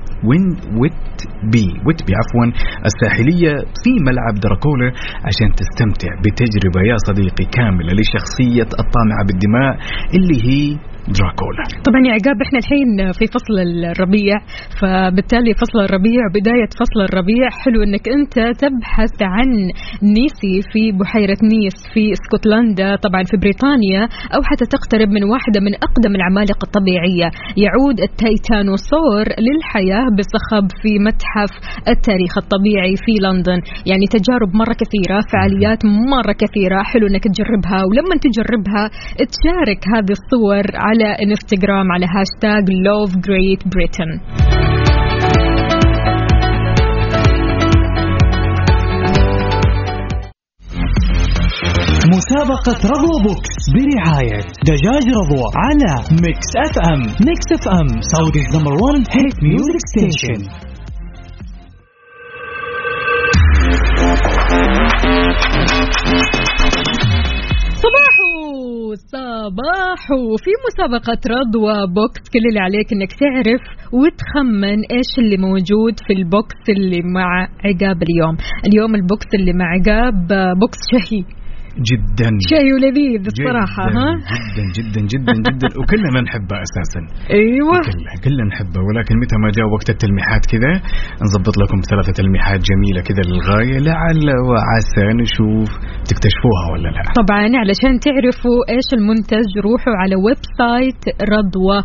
ويتبي الساحلية في ملعب دراكولا عشان تستمتع بتجربة يا صديقي كاملة لشخصية الطامعة بالدماء اللي هي دراكولا. طبعا يا عقاب احنا الحين في فصل الربيع، فبالتالي فصل الربيع وبداية فصل الربيع حلو انك انت تبحث عن نيسي في بحيرة نيس في اسكتلندا طبعا في بريطانيا، او حتى تقترب من واحدة من اقدم العمالقة الطبيعية. يعود التيتانوسور للحياة بصخب في متحف التاريخ الطبيعي في لندن. يعني تجارب مرة كثيرة، فعاليات مرة كثيرة، حلو انك تجربها، ولما تجربها تشارك هذه الصور على انستغرام على هاشتاج Love Great Britain. مسابقة رضوى بوكس برعاية دجاج رضوى على ميكس اف ام. ميكس اف ام Saudi's #1 hit music station. صباحو في مسابقة رضوى بوكس. كل اللي عليك انك تعرف وتخمن ايش اللي موجود في البوكس اللي مع عقاب اليوم البوكس اللي مع عقاب بوكس شهي جدا، شيء ولذيذ الصراحة. جدا جدا جدا جدا وكلنا نحبه أساسا. أيوة كلنا نحبه، ولكن متى ما جاء وقت التلميحات كذا نضبط لكم 3 تلميحات جميلة كذا للغاية، لعل وعسى نشوف تكتشفوها ولا لا. طبعا علشان تعرفوا إيش المنتج روحوا على ويب سايت رضوى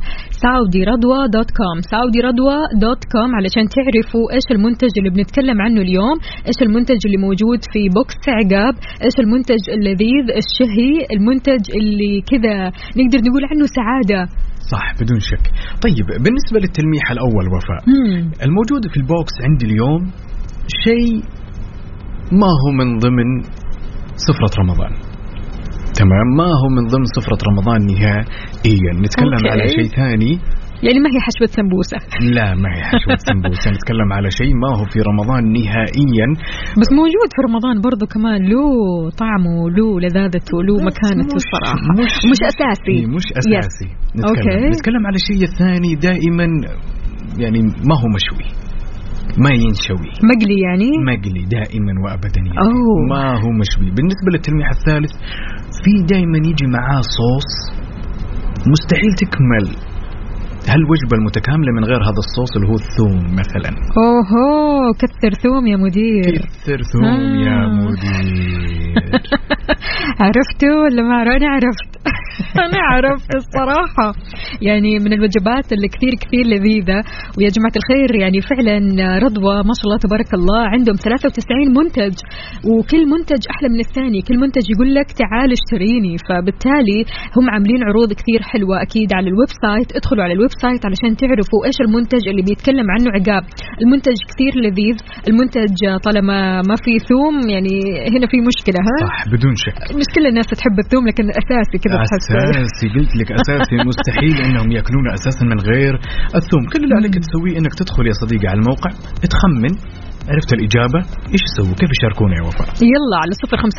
saudiradwa.com علشان تعرفوا إيش المنتج اللي بنتكلم عنه اليوم، إيش المنتج اللي موجود في بوكس عقاب، إيش المنتج اللذيذ الشهي، المنتج اللي كذا نقدر نقول عنه سعادة. صح بدون شك. طيب بالنسبة للتلميح الأول وفاء، الموجود في البوكس عندي اليوم شيء ما هو من ضمن سفرة رمضان، تمام؟ ما هو من ضمن سفرة رمضان نهائيا. نتكلم على شيء ثاني، يعني ما هي حشوة سمبوسة. لا ما هي حشوة سمبوسة. نتكلم على شيء ما هو في رمضان نهائيا، بس موجود في رمضان برضو كمان، له طعمه له لذاذته له مكانته الصراحة. مش أساسي. مش أساسي. نتكلم على الشيء الثاني دائما، يعني ما هو مشوي، ما ينشوي، مقلي، يعني مقلي دائما وأبدا يعني. ما هو مشوي. بالنسبة للتلميح الثالث، في دائما يجي معاه صوص مستحيل تكمل هالوجبة المتكاملة من غير هذا الصوص اللي هو الثوم مثلا. اوهو كثر ثوم يا مدير، كثر ثوم يا مدير. عرفتوا ولا ما عرفت؟ أنا عرفت. أنا عرفت الصراحة. يعني من الوجبات اللي كثير كثير لذيذة. ويا جماعة الخير يعني فعلا رضوى ما شاء الله تبارك الله عندهم 93 منتج، وكل منتج أحلى من الثاني، كل منتج يقول لك تعال اشتريني. فبالتالي هم عاملين عروض كثير حلوة أكيد على الويب سايت. ادخلوا على الويب سايت علشان تعرفوا إيش المنتج اللي بيتكلم عنه عقاب. المنتج كثير لذيذ، المنتج طالما ما في ثوم يعني هنا في مشكلة. صح بدون شك. مش كل الناس تحب الثوم، لكن أساسي كذا تحس. أساسي، قلت لك أساسي. مستحيل إنهم يأكلونه أساسا من غير الثوم. كل اللي عليك تسويه إنك تدخل يا صديقي على الموقع، تخمن عرفت الإجابة إيش يسووا؟ كيف يشاركونا يا وفاء؟ يلا على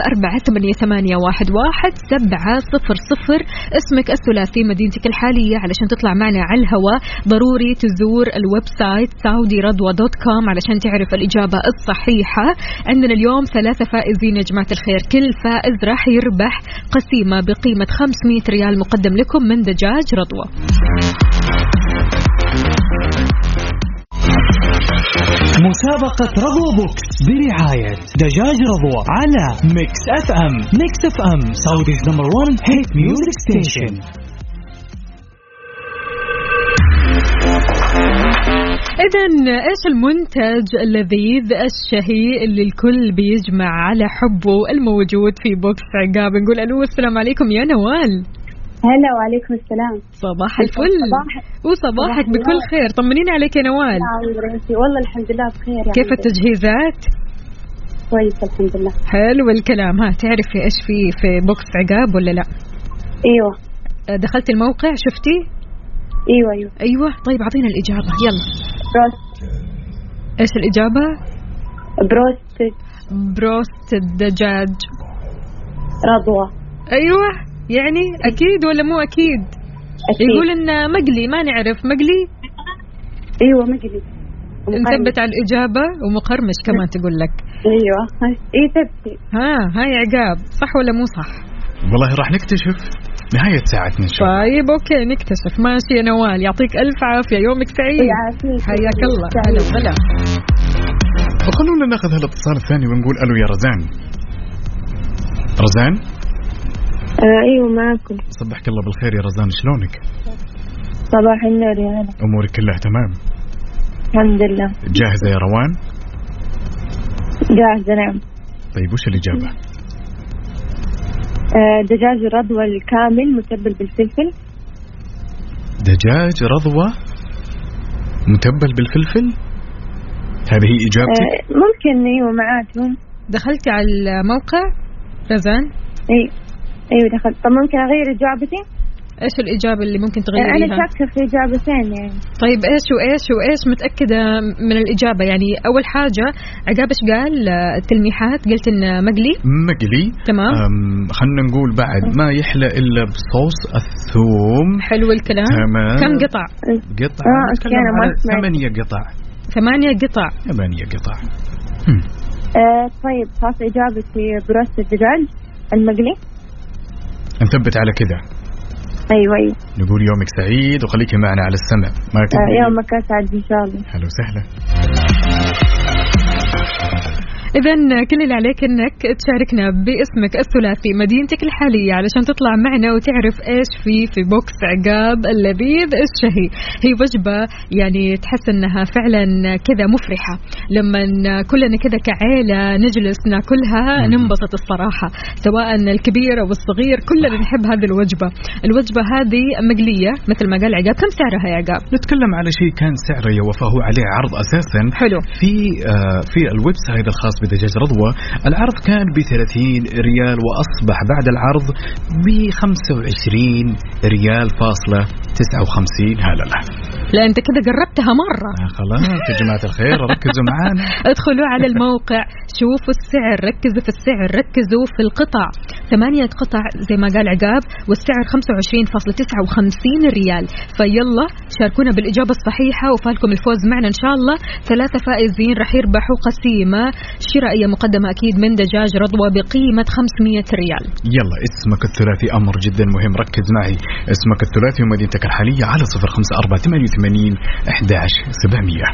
0548811700 اسمك الثلاثي مدينتك الحالية علشان تطلع معنا على الهواء. ضروري تزور الويب سايت saudiradwa.com علشان تعرف الإجابة الصحيحة. عندنا اليوم 3 فائزين يا جماعة الخير، كل فائز راح يربح قسيمة بقيمة 500 ريال مقدم لكم من دجاج رضوى. مسابقة رضوى بوكس برعاية دجاج رضوى على ميكس اف ام. ميكس اف ام سعوديز نمبر 1 هيت ميوزك ستيشن. إذن إيش المنتج اللذيذ الشهي اللي الكل بيجمع على حبه الموجود في بوكس عقاب؟ نقول ألو السلام عليكم يا نوال. هلا وعليكم السلام. صباح الفل وصباحك بكل خير. طمنين عليك يا نوال. والله الحمد لله بخير. كيف التجهيزات؟ كويس الحمد لله. حلو الكلام. ها تعرفي إيش في بوكس عقاب ولا لا؟ ايوه دخلت الموقع شفتي؟ ايوه. طيب اعطينا الإجابة يلا. بروست. ايش الإجابة؟ بروست دجاج رضوى. ايوه يعني اكيد ولا مو اكيد؟ يقول إنه مقلي، ما نعرف مقلي. ايوه مقلي. نثبت على الإجابة ومقرمش كمان تقول لك. ايوه ثبتي. ها يا عقاب صح ولا مو صح؟ والله راح نكتشف نهاية ساعتنا إن شاء الله. طيب أوكي نكتشف. ماشي يا نوال، يعطيك ألف عافية، يومك سعيد. حياك الله. هلا. وخلونا ناخذ هالاتصال الثاني ونقول ألو يا رزان. رزان؟ ايوه معكم. صبحك الله بالخير يا رزان، شلونك؟ صباح النور يا هلا. أمورك كلها تمام؟ الحمد لله. جاهزة يا روان؟ جاهزة نعم. طيب وش الإجابة؟ دجاج رضوى الكامل متبل بالفلفل. دجاج رضوى متبل بالفلفل، هذه هي إجابتك؟ ممكن ايوه معاكم. دخلتي على الموقع رزان؟ ايوه دخلت. طب ممكن اغير اجابتي؟ ايش الإجابة اللي ممكن تغيريها؟ انا شاكة في إجابتين يعني. طيب ايش متأكدة من الإجابة؟ يعني اول حاجة عقاب ايش قال التلميحات؟ قلت إنه مقلي تمام. خلنا نقول بعد ما يحلى إلا بصوص الثوم. حلو الكلام. تمام. كم قطع؟ نتكلم على 8 قطع. 8 قطع. طيب خلاص إجابتي بروست الدجاج المقلي. نثبت على كذا. أيوة نقول يومك سعيد وخليكي معنا على السمع. ما يومك أسعد إن شاء الله. هلا وسهلا. إذن كل اللي عليك إنك تشاركنا باسمك الثلاثي مدينتك الحالية علشان تطلع معنا وتعرف إيش في بوكس عقاب اللذيذ الشهي. هي وجبة يعني تحس إنها فعلا كذا مفرحة لما كلنا كذا كعائلة نجلس ناكلها ننبسط الصراحة، سواء الكبير أو الصغير كلنا نحب هذه الوجبة. الوجبة هذه مقلية مثل ما قال عقاب. كم سعرها يا عقاب؟ نتكلم على شيء كان سعره يا وفاء هو عليه عرض أساسا. حلو. في الويب سايت الخاص بدجاج رضوى العرض كان ب30 ريال وأصبح بعد العرض ب25 ريال فاصلة 59. هلا لا أنت كده قربتها مرة. خلاص يا جماعة الخير ركزوا معانا. ادخلوا على الموقع شوفوا السعر، ركزوا في السعر، ركزوا في القطع. 8 قطع زي ما قال عقاب والسعر 25.59 ريال. فيلا شاركونا بالإجابة الصحيحة وفالكم الفوز معنا إن شاء الله. 3 فائزين رح يربحوا قسيمة شرائية مقدمة أكيد من دجاج رضوى بقيمة 500 ريال. يلا اسمك الثلاثي أمر جدا مهم، ركز معي. اسمك الثلاثي ومدينتك الحالية على 0548811700.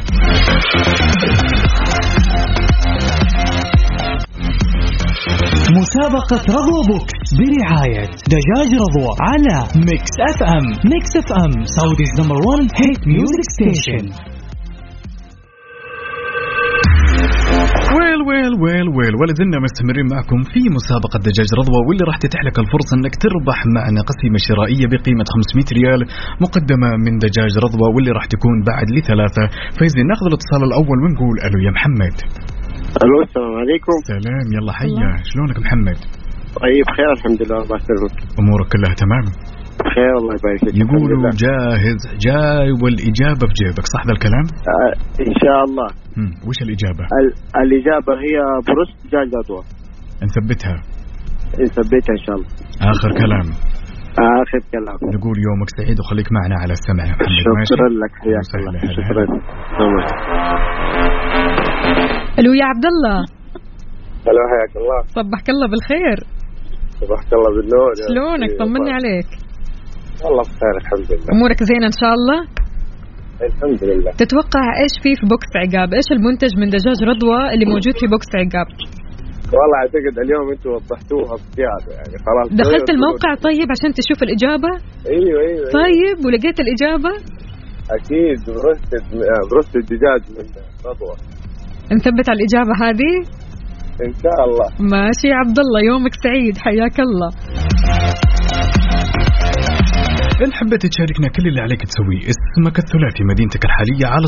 مسابقة رضوى بوكس برعاية دجاج رضوى على ميكس اف ام. ميكس اف ام سعوديز نمبر 1 هيت ميوزك ستيشن. ويل ولا زلنا مستمرين معكم في مسابقة دجاج رضوى، واللي راح تتيح لك الفرصة انك تربح معنا قسيمة شرائية بقيمة 500 ريال مقدمة من دجاج رضوى، واللي راح تكون بعد ل3 فايزين. ناخذ الاتصال الاول ونقول الو يا محمد. الو السلام عليكم. سلام. يلا حيا. شلونك محمد؟ طيب خير الحمد لله الله يسلمك. امورك كلها تمام؟ بخير الله يبارك فيك. يقولوا جاهز جاي والإجابة بجيبك، صح ذا الكلام؟ إن شاء الله. وش الإجابة؟ الإجابة هي بروست دجاج رضوى. نثبتها؟ نثبتها إن شاء الله. آخر كلام. آخر كلام. نقول يومك سعيد وخليك معنا على السمع يا محمد. شكرا لك، حياك الله. شكرا. الو يا عبد الله. الو حياك الله. صبحك الله بالخير. صبحك الله بالنور. شلونك؟ طمني عليك. والله بخير الحمد لله. امورك زينه ان شاء الله؟ الحمد لله. تتوقع ايش في بوكس عقاب؟ ايش المنتج من دجاج رضوى اللي موجود في بوكس عقاب؟ والله اعتقد اليوم انتم وضحتوها بزياده يعني خلاص. دخلت الموقع طيب عشان تشوف الاجابه؟ ايوه. طيب ولقيت الاجابه؟ اكيد بروست الدجاج من رضوى. نثبت على الاجابه هذه ان شاء الله. ماشي يا عبد الله، يومك سعيد، حياك الله. إن حبيت تشاركنا كل اللي عليك تسويه اسمك الثلاثي مدينتك الحالية على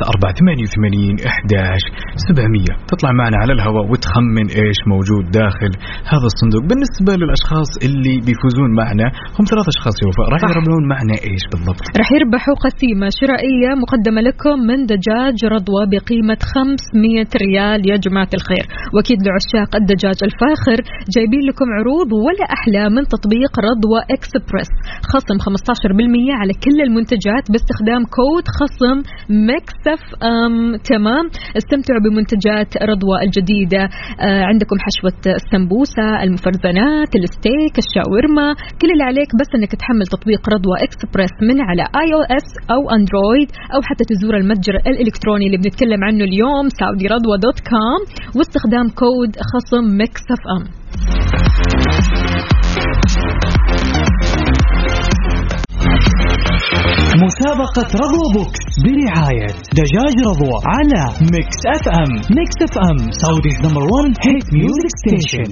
0548811700. تطلع معنا على الهواء وتخمن إيش موجود داخل هذا الصندوق. بالنسبة للأشخاص اللي بيفوزون معنا هم 3 أشخاص يا وفاء، راح يربحون معنا إيش بالضبط؟ راح يربحوا قسيمة شرائية مقدمة لكم من دجاج رضوى بقيمة 500 ريال يا جماعة الخير. وأكيد لعشاق الدجاج الفاخر جايبين لكم عروض ولا أحلى من تطبيق رضوى إكسبرس، خصم 15% على كل المنتجات باستخدام كود خصم مكسف تمام. استمتعوا بمنتجات رضوى الجديدة. عندكم حشوة السمبوسة، المفرزنات، الستيك، الشاورما. كل اللي عليك بس انك تحمل تطبيق رضوى اكسبرس من على iOS او اندرويد، او حتى تزور المتجر الالكتروني اللي بنتكلم عنه اليوم saudiradwa.com واستخدام كود خصم مكسف مسابقة رضوى بوكس برعاية دجاج رضوى على ميكس اف ام. ميكس اف ام Saudi's #1 hit music station.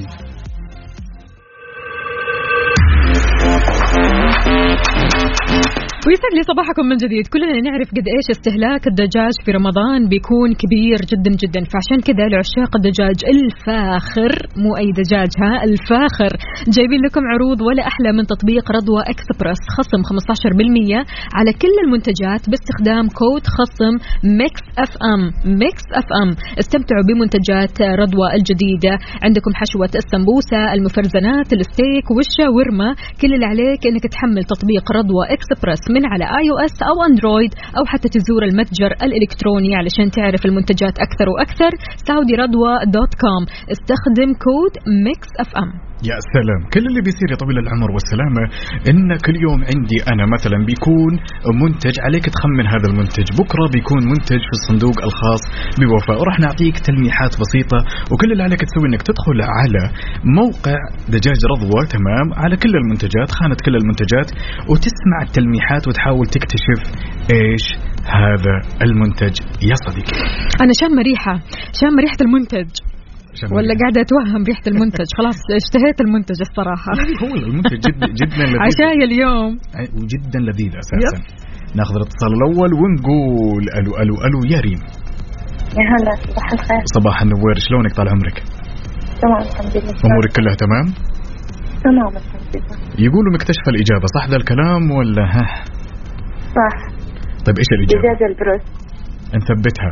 ويسعد لي صباحكم من جديد. كلنا نعرف قد ايش استهلاك الدجاج في رمضان بيكون كبير جدا جدا، فعشان كذا لعشاق الدجاج الفاخر، مو اي دجاج، الفاخر، جايبين لكم عروض ولا احلى من تطبيق رضوى اكسبرس، خصم 15% على كل المنتجات باستخدام كود خصم ميكس اف ام. ميكس اف ام. استمتعوا بمنتجات رضوى الجديدة. عندكم حشوة السمبوسة، المفرزنات، الستيك والشاورما. كل اللي عليك انك تحمل تطبيق رضوى اكسبرس من على iOS أو أندرويد، أو حتى تزور المتجر الإلكتروني علشان تعرف المنتجات أكثر وأكثر. saudiradwa.com. استخدم كود ميكس اف ام. يا سلام، كل اللي بيصير يا طويل العمر والسلامة إن كل يوم عندي أنا مثلا بيكون منتج عليك تخمن هذا المنتج، بكرة بيكون منتج في الصندوق الخاص بوفاء، ورح نعطيك تلميحات بسيطة. وكل اللي عليك تسوي إنك تدخل على موقع دجاج رضوى، تمام، على كل المنتجات، خانة كل المنتجات، وتسمع التلميحات وتحاول تكتشف إيش هذا المنتج يا صديقي. أنا شام ريحة المنتج ولا قاعدة أتوهم ريحة المنتج. خلاص اشتهيت المنتج الصراحة. هو المنتج جدا لذيذ. عشاي اليوم وجدا لذيذ أساسا. ناخذ الاتصال الأول ونقول ألو ألو ألو يا ريم. يا هلا، صباح الخير. صباح النوير، شلونك؟ طال عمرك. تمام الحمد لله. أمورك كلها تمام؟ تمام الحمد لله. يقولوا مكتشفة الإجابة، صح ذا الكلام ولا ها؟ صح. طيب إيش الإجابة؟ دجاج البروست. نثبتها.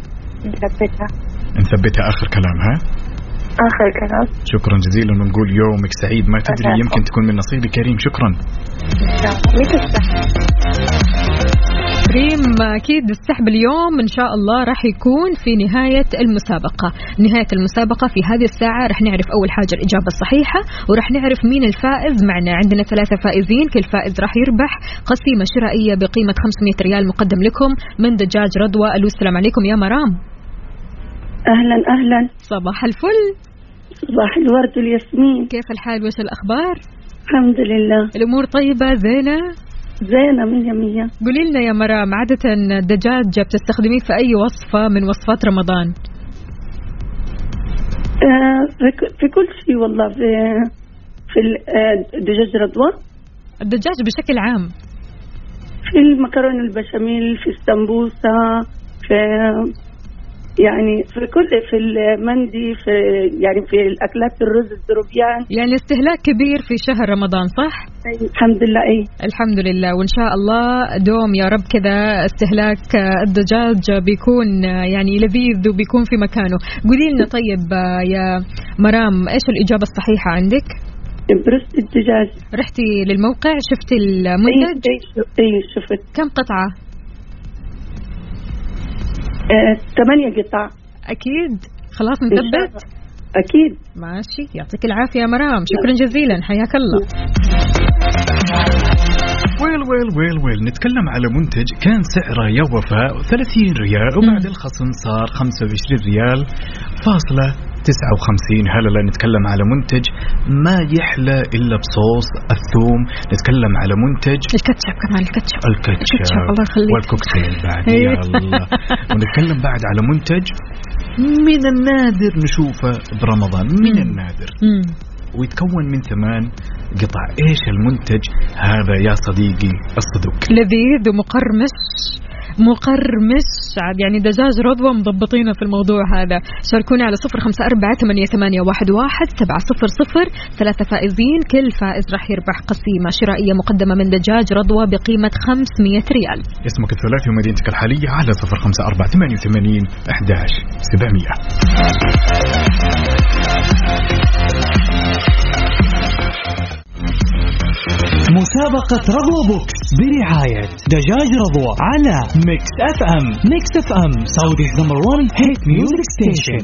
نثبتها آخر كلام. ها؟ آخر كلام. شكرا جزيلا ونقول يومك سعيد. ما تدري يمكن تكون من نصيبي كريم. شكرا. ريم، أكيد السحب اليوم إن شاء الله راح يكون في نهاية المسابقة في هذه الساعة. راح نعرف أول حاجة الإجابة الصحيحة، وراح نعرف مين الفائز معنا. عندنا 3 فائزين، كل فائز راح يربح قسيمة شرائية بقيمة 500 ريال مقدم لكم من دجاج رضوى. ألو، السلام عليكم يا مرام. أهلا. صباح الفل. صباح الورد والياسمين. كيف الحال وش الأخبار؟ الحمد لله. الأمور طيبة زينة 100. قولي لنا يا مرام، عادة الدجاج بتستخدميه في أي وصفة من وصفات رمضان؟ في كل شيء والله، في الدجاج رضوى، الدجاج بشكل عام، في المكرونة البشاميل، في السمبوسة، في يعني في المندي، يعني في الأكلات الرز الذروبيان. يعني استهلاك كبير في شهر رمضان صح؟ الحمد لله. الحمد لله، وإن شاء الله دوم يا رب كذا استهلاك الدجاج بيكون يعني لذيذ وبيكون في مكانه. قولي لنا طيب يا مرام، إيش الإجابة الصحيحة عندك؟ بروست الدجاج. رحتي للموقع شفتي المنتج؟ أي شفت. كم قطعة؟ 8 قطع. أكيد. خلاص نثبت؟ أكيد. ماشي، يعطيك العافية يا مرام، شكرا جزيلا، حياك الله. ويل نتكلم على منتج كان سعره يا وفاء 30 ريال وبعد الخصم صار 25 ريال فاصلة 59. هلا نتكلم على منتج ما يحلى إلا بصوص الثوم. نتكلم على منتج الكاتشب، كمان الكاتشب الله يخليك، والكوكتيل بعد يا الله. ونتكلم بعد على منتج من النادر نشوفه برمضان، من النادر، ويتكون من 8 قطع. إيش المنتج هذا يا صديقي الصدوق؟ لذيذ ومقرمش يعني دجاج رضوى مضبطينه في الموضوع هذا. شاركوني على 0548811700. 3 فائزين، كل فائز راح يربح قسيمة شرائية مقدمة من دجاج رضوى بقيمة 500 ريال. اسمك الثلاثي ومدينتك الحالية على 0548811700. مسابقة رضوى بوكس برعاية دجاج رضوى على ميكس اف ام. ميكس اف ام سعودي's number 1 hit music station.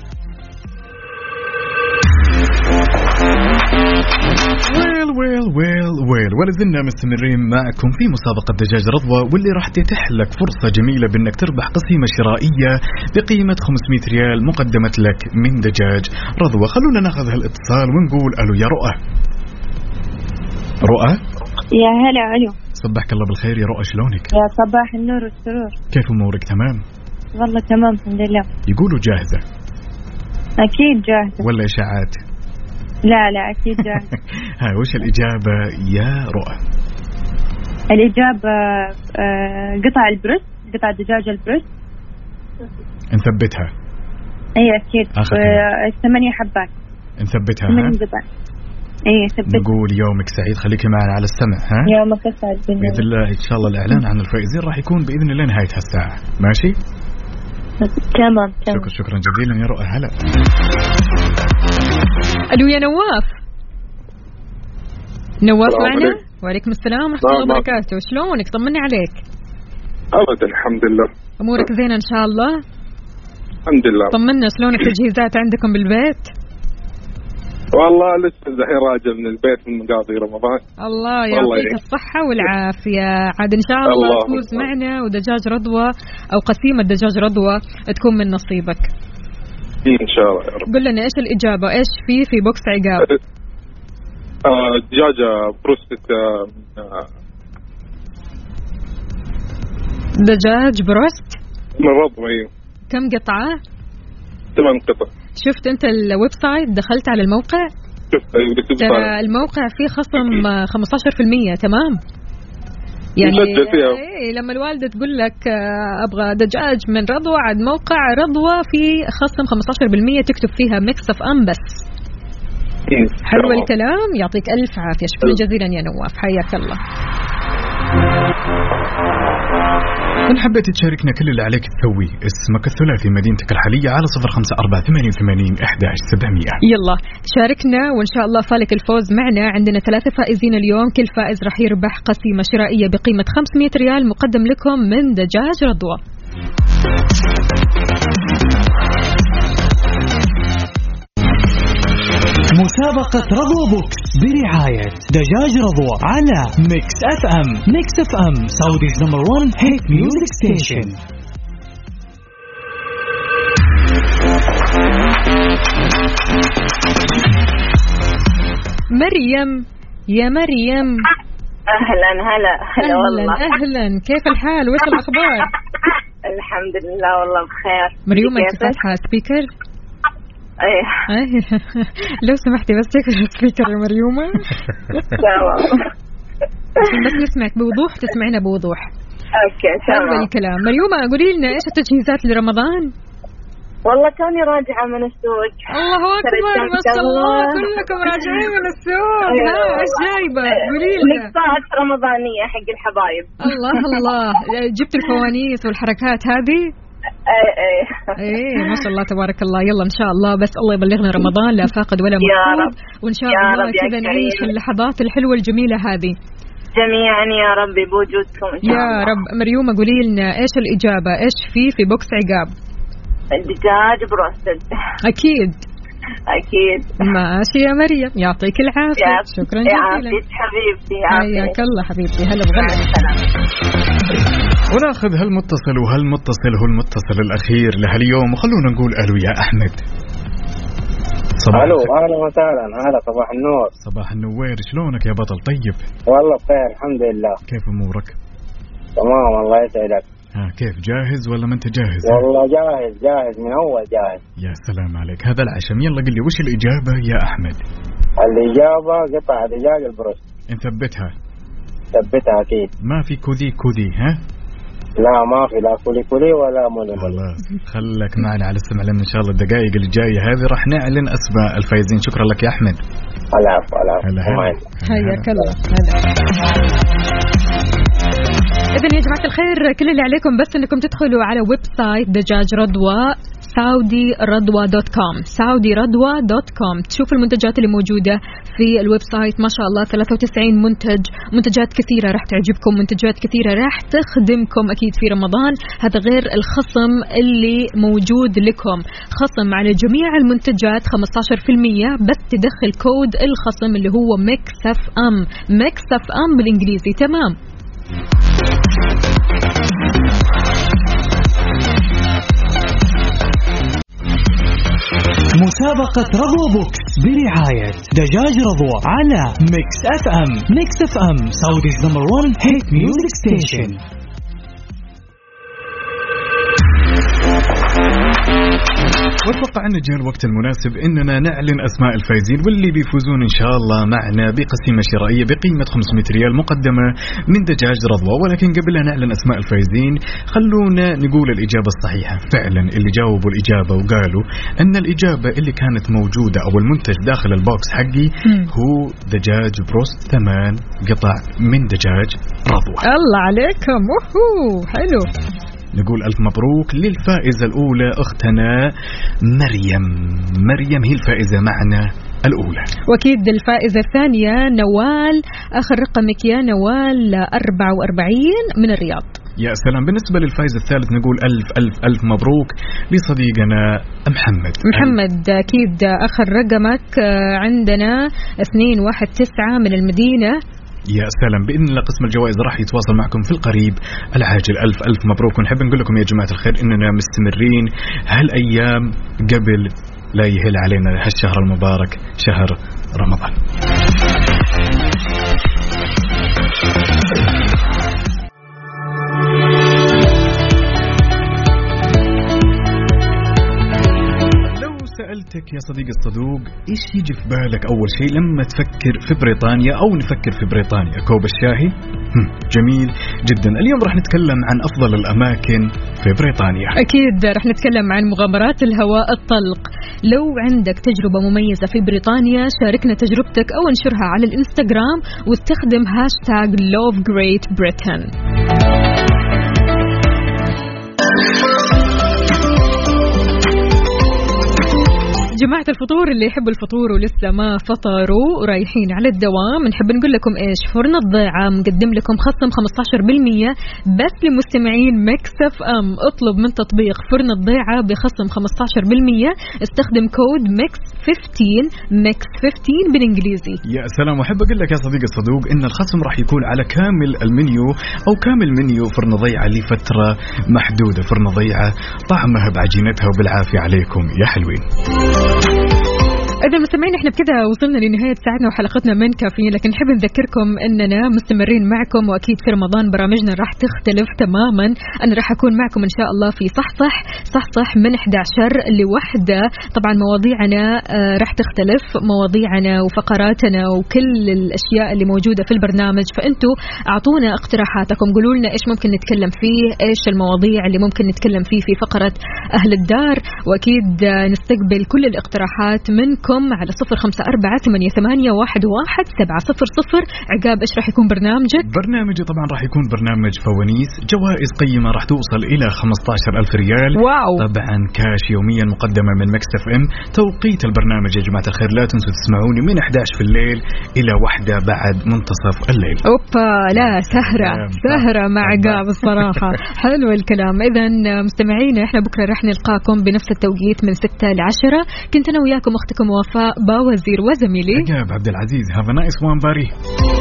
ولازلنا مستمرين معكم في مسابقة دجاج رضوى، واللي راح تتيح لك فرصة جميلة بأنك تربح قسيمة شرائية بقيمة 500 ريال مقدمة لك من دجاج رضوى. خلونا ناخذ هالاتصال ونقول ألو يا رؤى. رؤى يا هلا. ألو، صبحك الله بالخير يا رؤى، شلونك؟ يا صباح النور والسرور. كيف أمورك؟ تمام والله تمام الحمد لله. يقولوا جاهزة؟ أكيد جاهزة. ولا إشاعات؟ لا أكيد جاهزة. ها وش الإجابة يا رؤى؟ الإجابة قطع البريست، قطع دجاج البريست. نثبتها؟ أي أكيد. 8 حبات نثبتها. 8 قطع. ايه ثبت. نقول يومك سعيد، خليكي معنا على السمع. ها يومك سعيد بإذن الله. إن شاء الله الإعلان عن الفائزين راح يكون بإذن الله نهاية هالساعة. ماشي تمام. شكرا جزيلا يا رؤى. هلا. ألو يا نواف معنا؟ وعليكم السلام ورحمة الله وبركاته. شلونك؟ طمني عليك. أبدا الحمد لله. أمورك زينة إن شاء الله؟ الحمد لله. طمنا، شلونك التجهيزات عندكم بالبيت؟ والله لسه الحين راجع من البيت من مقاضي رمضان. الله يعطيك الصحة والعافية. عاد إن شاء الله تفوز معنا ودجاج رضوى أو قسيمة دجاج رضوى تكون من نصيبك إن شاء الله يا رب. قل لنا إيش الإجابة، إيش في بوكس عقاب؟ دجاجة بروست. دجاج بروست من رضوى. أيوه. كم قطعة؟ 8 قطع. شفت أنت الويب سايت؟ دخلت على الموقع؟ شفت. ترى الموقع فيه خصم 15%. تمام يعني لما الوالدة تقول لك أبغى دجاج من رضوى، عاد موقع رضوى فيه خصم 15% تكتب فيها ميكس اف ام بس. حلو الكلام، يعطيك ألف عافية. شكرا جزيلا يا نواف، حياك الله. إن حبيت تشاركنا كل اللي عليك تسوي اسمك الثلاثي مدينتك الحالية على 0548811700. يلا شاركنا وإن شاء الله فالك الفوز معنا. عندنا 3 فائزين اليوم، كل فائز راح يربح قسيمة شرائية بقيمة 500 ريال مقدم لكم من دجاج رضوى. مسابقة رضوى بوكس برعاية دجاج رضوى على ميكس اف ام. ميكس اف ام سعودي's number 1 hit music station. مريم يا مريم. أهلا والله. أهلا، كيف الحال؟ وش الأخبار؟ الحمد لله والله بخير. مريم أنت فاتحة سبيكر؟ ايه لو سمحتي بس تكفي السبيكر يا مريومة. عشان بس نسمعك بوضوح، تسمعنا بوضوح. اوكي تمام. الكلام. مريومة قولي لنا ايش التجهيزات لرمضان؟ والله كوني راجعة من السوق. الله أكبر، ما شاء الله كلكم راجعين من السوق. ها إيش جايبة؟ قولي لنا. لقطات رمضانية حق الحبايب. الله الله، جبت الفوانيس والحركات هذه؟ ايه ما شاء الله تبارك الله. يلا ان شاء الله بس الله يبلغنا رمضان لا فاقد ولا مفقود، وان شاء الله كذا نعيش اللحظات الحلوة الجميلة هذه جميعا يا رب بوجودكم إن شاء يا الله. رب. مريومة قولي لنا ايش الإجابة، ايش في بوكس عقاب؟ الدجاج بروستد. أكيد أكيد. ماشي يا مريم، يعطيك العافية. شكرا جزيلا حبيبتي. حياك الله حبيبتي، هلا بغلا. وناخذ هالمتصل وهالمتصل هو المتصل الأخير لهاليوم، وخلونا نقول ألو يا أحمد. ألو، أهلا وسهلا. هلا صباح النور. صباح النوير، شلونك يا بطل؟ طيب والله بخير الحمد لله. كيف أمورك؟ تمام الله يسعدك. كيف، جاهز ولا ما أنت جاهز؟ والله جاهز من أول جاهز. يا سلام عليك، هذا العشم. يلا قل لي وش الإجابة يا أحمد؟ الإجابة قطع دجاج البروست. نثبتها؟ ثبتها أكيد. ما في كودي ها؟ لا ما في، لا كولي ولا مولي. خلاص خلك معنا على السمع، لأن إن شاء الله الدقائق اللي جاية هذه راح نعلن أسماء الفائزين. شكرا لك يا أحمد. العفو. حياك الله. إذن يا جماعة الخير، كل اللي عليكم بس أنكم تدخلوا على ويب سايت دجاج رضوى saudiradwa.com saudiradwa.com تشوفوا المنتجات اللي موجودة في الويب سايت. ما شاء الله 93 منتجات كثيرة راح تعجبكم، منتجات كثيرة راح تخدمكم أكيد في رمضان. هذا غير الخصم اللي موجود لكم، خصم على جميع المنتجات 15% بس تدخل كود الخصم اللي هو مكسف أم بالإنجليزي. تمام. مسابقة رضوى بوكس برعاية دجاج رضوى على ميكس اف ام. ميكس اف ام سعودي's number 1 hit music station. واتوقع أن جاء الوقت المناسب إننا نعلن أسماء الفائزين واللي بيفوزون إن شاء الله معنا بقسيمة شرائية بقيمة 500 ريال مقدمة من دجاج رضوى. ولكن قبل أن نعلن أسماء الفائزين خلونا نقول الإجابة الصحيحة. فعلا اللي جاوبوا الإجابة وقالوا أن الإجابة اللي كانت موجودة أو المنتج داخل البوكس حقي هو دجاج بروست 8 قطع من دجاج رضوى. الله عليكم. حلو. نقول ألف مبروك للفائزة الأولى أختنا مريم هي الفائزة معنا الأولى. وأكيد الفائزة الثانية نوال، آخر رقمك يا نوال 44 من الرياض. يا سلام. بالنسبة للفائز الثالث نقول ألف مبروك لصديقنا محمد. أكيد آخر رقمك عندنا 219 من المدينة. يا سلام. بإذن الله قسم الجوائز راح يتواصل معكم في القريب العاجل. ألف مبروك. ونحب نقول لكم يا جماعة الخير إننا مستمرين هالأيام قبل لا يهل علينا هالشهر المبارك شهر رمضان. سألتك يا صديق الصدوق إيش يجي في بالك أول شيء لما تفكر في بريطانيا أو نفكر في بريطانيا؟ كوب الشاهي؟ جميل جدا. اليوم راح نتكلم عن أفضل الأماكن في بريطانيا. أكيد راح نتكلم عن مغامرات الهواء الطلق. لو عندك تجربة مميزة في بريطانيا شاركنا تجربتك أو انشرها على الإنستغرام واستخدم هاشتاج Love Great Britain. جماعة الفطور اللي يحبوا الفطور ولسه ما فطروا ورايحين على الدوام، نحب نقول لكم إيش؟ فرن الضيعة مقدم لكم خصم 15% بس لمستمعين ميكس اف ام. اطلب من تطبيق فرن الضيعة بخصم 15%، استخدم كود ميكس 15 بالإنجليزي. يا سلام. وأحب أقول لك يا صديقي الصدوق إن الخصم راح يكون على كامل المنيو أو كامل منيو فرن ضيعة لفترة محدودة. فرن ضيعة طعمها بعجينتها وبالعافية عليكم يا حلوين. إذا مستمعين إحنا بكذا وصلنا لنهاية ساعتنا وحلقتنا من كافيين، لكن نحب نذكركم أننا مستمرين معكم، وأكيد في رمضان برامجنا راح تختلف تماما. أنا راح أكون معكم إن شاء الله في صح من 11 لوحدة. طبعا مواضيعنا راح تختلف، مواضيعنا وفقراتنا وكل الأشياء اللي موجودة في البرنامج. فأنتوا أعطونا اقتراحاتكم، قولوا لنا إيش ممكن نتكلم فيه، إيش المواضيع اللي ممكن نتكلم فيه في فقرة أهل الدار، وأكيد نستقبل كل الاقتراحات منكم على 0548811700. عقاب إيش راح يكون برنامجك؟ برنامجي طبعا راح يكون برنامج فوانيس، جوائز قيمة راح توصل إلى 15,000 ريال. واو. طبعا كاش يوميا مقدمة من ميكس اف ام. توقيت البرنامج يا جماعة الخير لا تنسوا تسمعوني من 11 في الليل إلى 1 بعد منتصف الليل. أوبا، لا سهرة مع عقاب الصراحة. حلو الكلام. إذن مستمعين إحنا بكرة راح نلقاكم بنفس التوقيت من 6 ل 10. كنت أنا وياكم أختكم وفاء باوزير وزميلي عقاب عبد العزيز. Have a nice one buddy.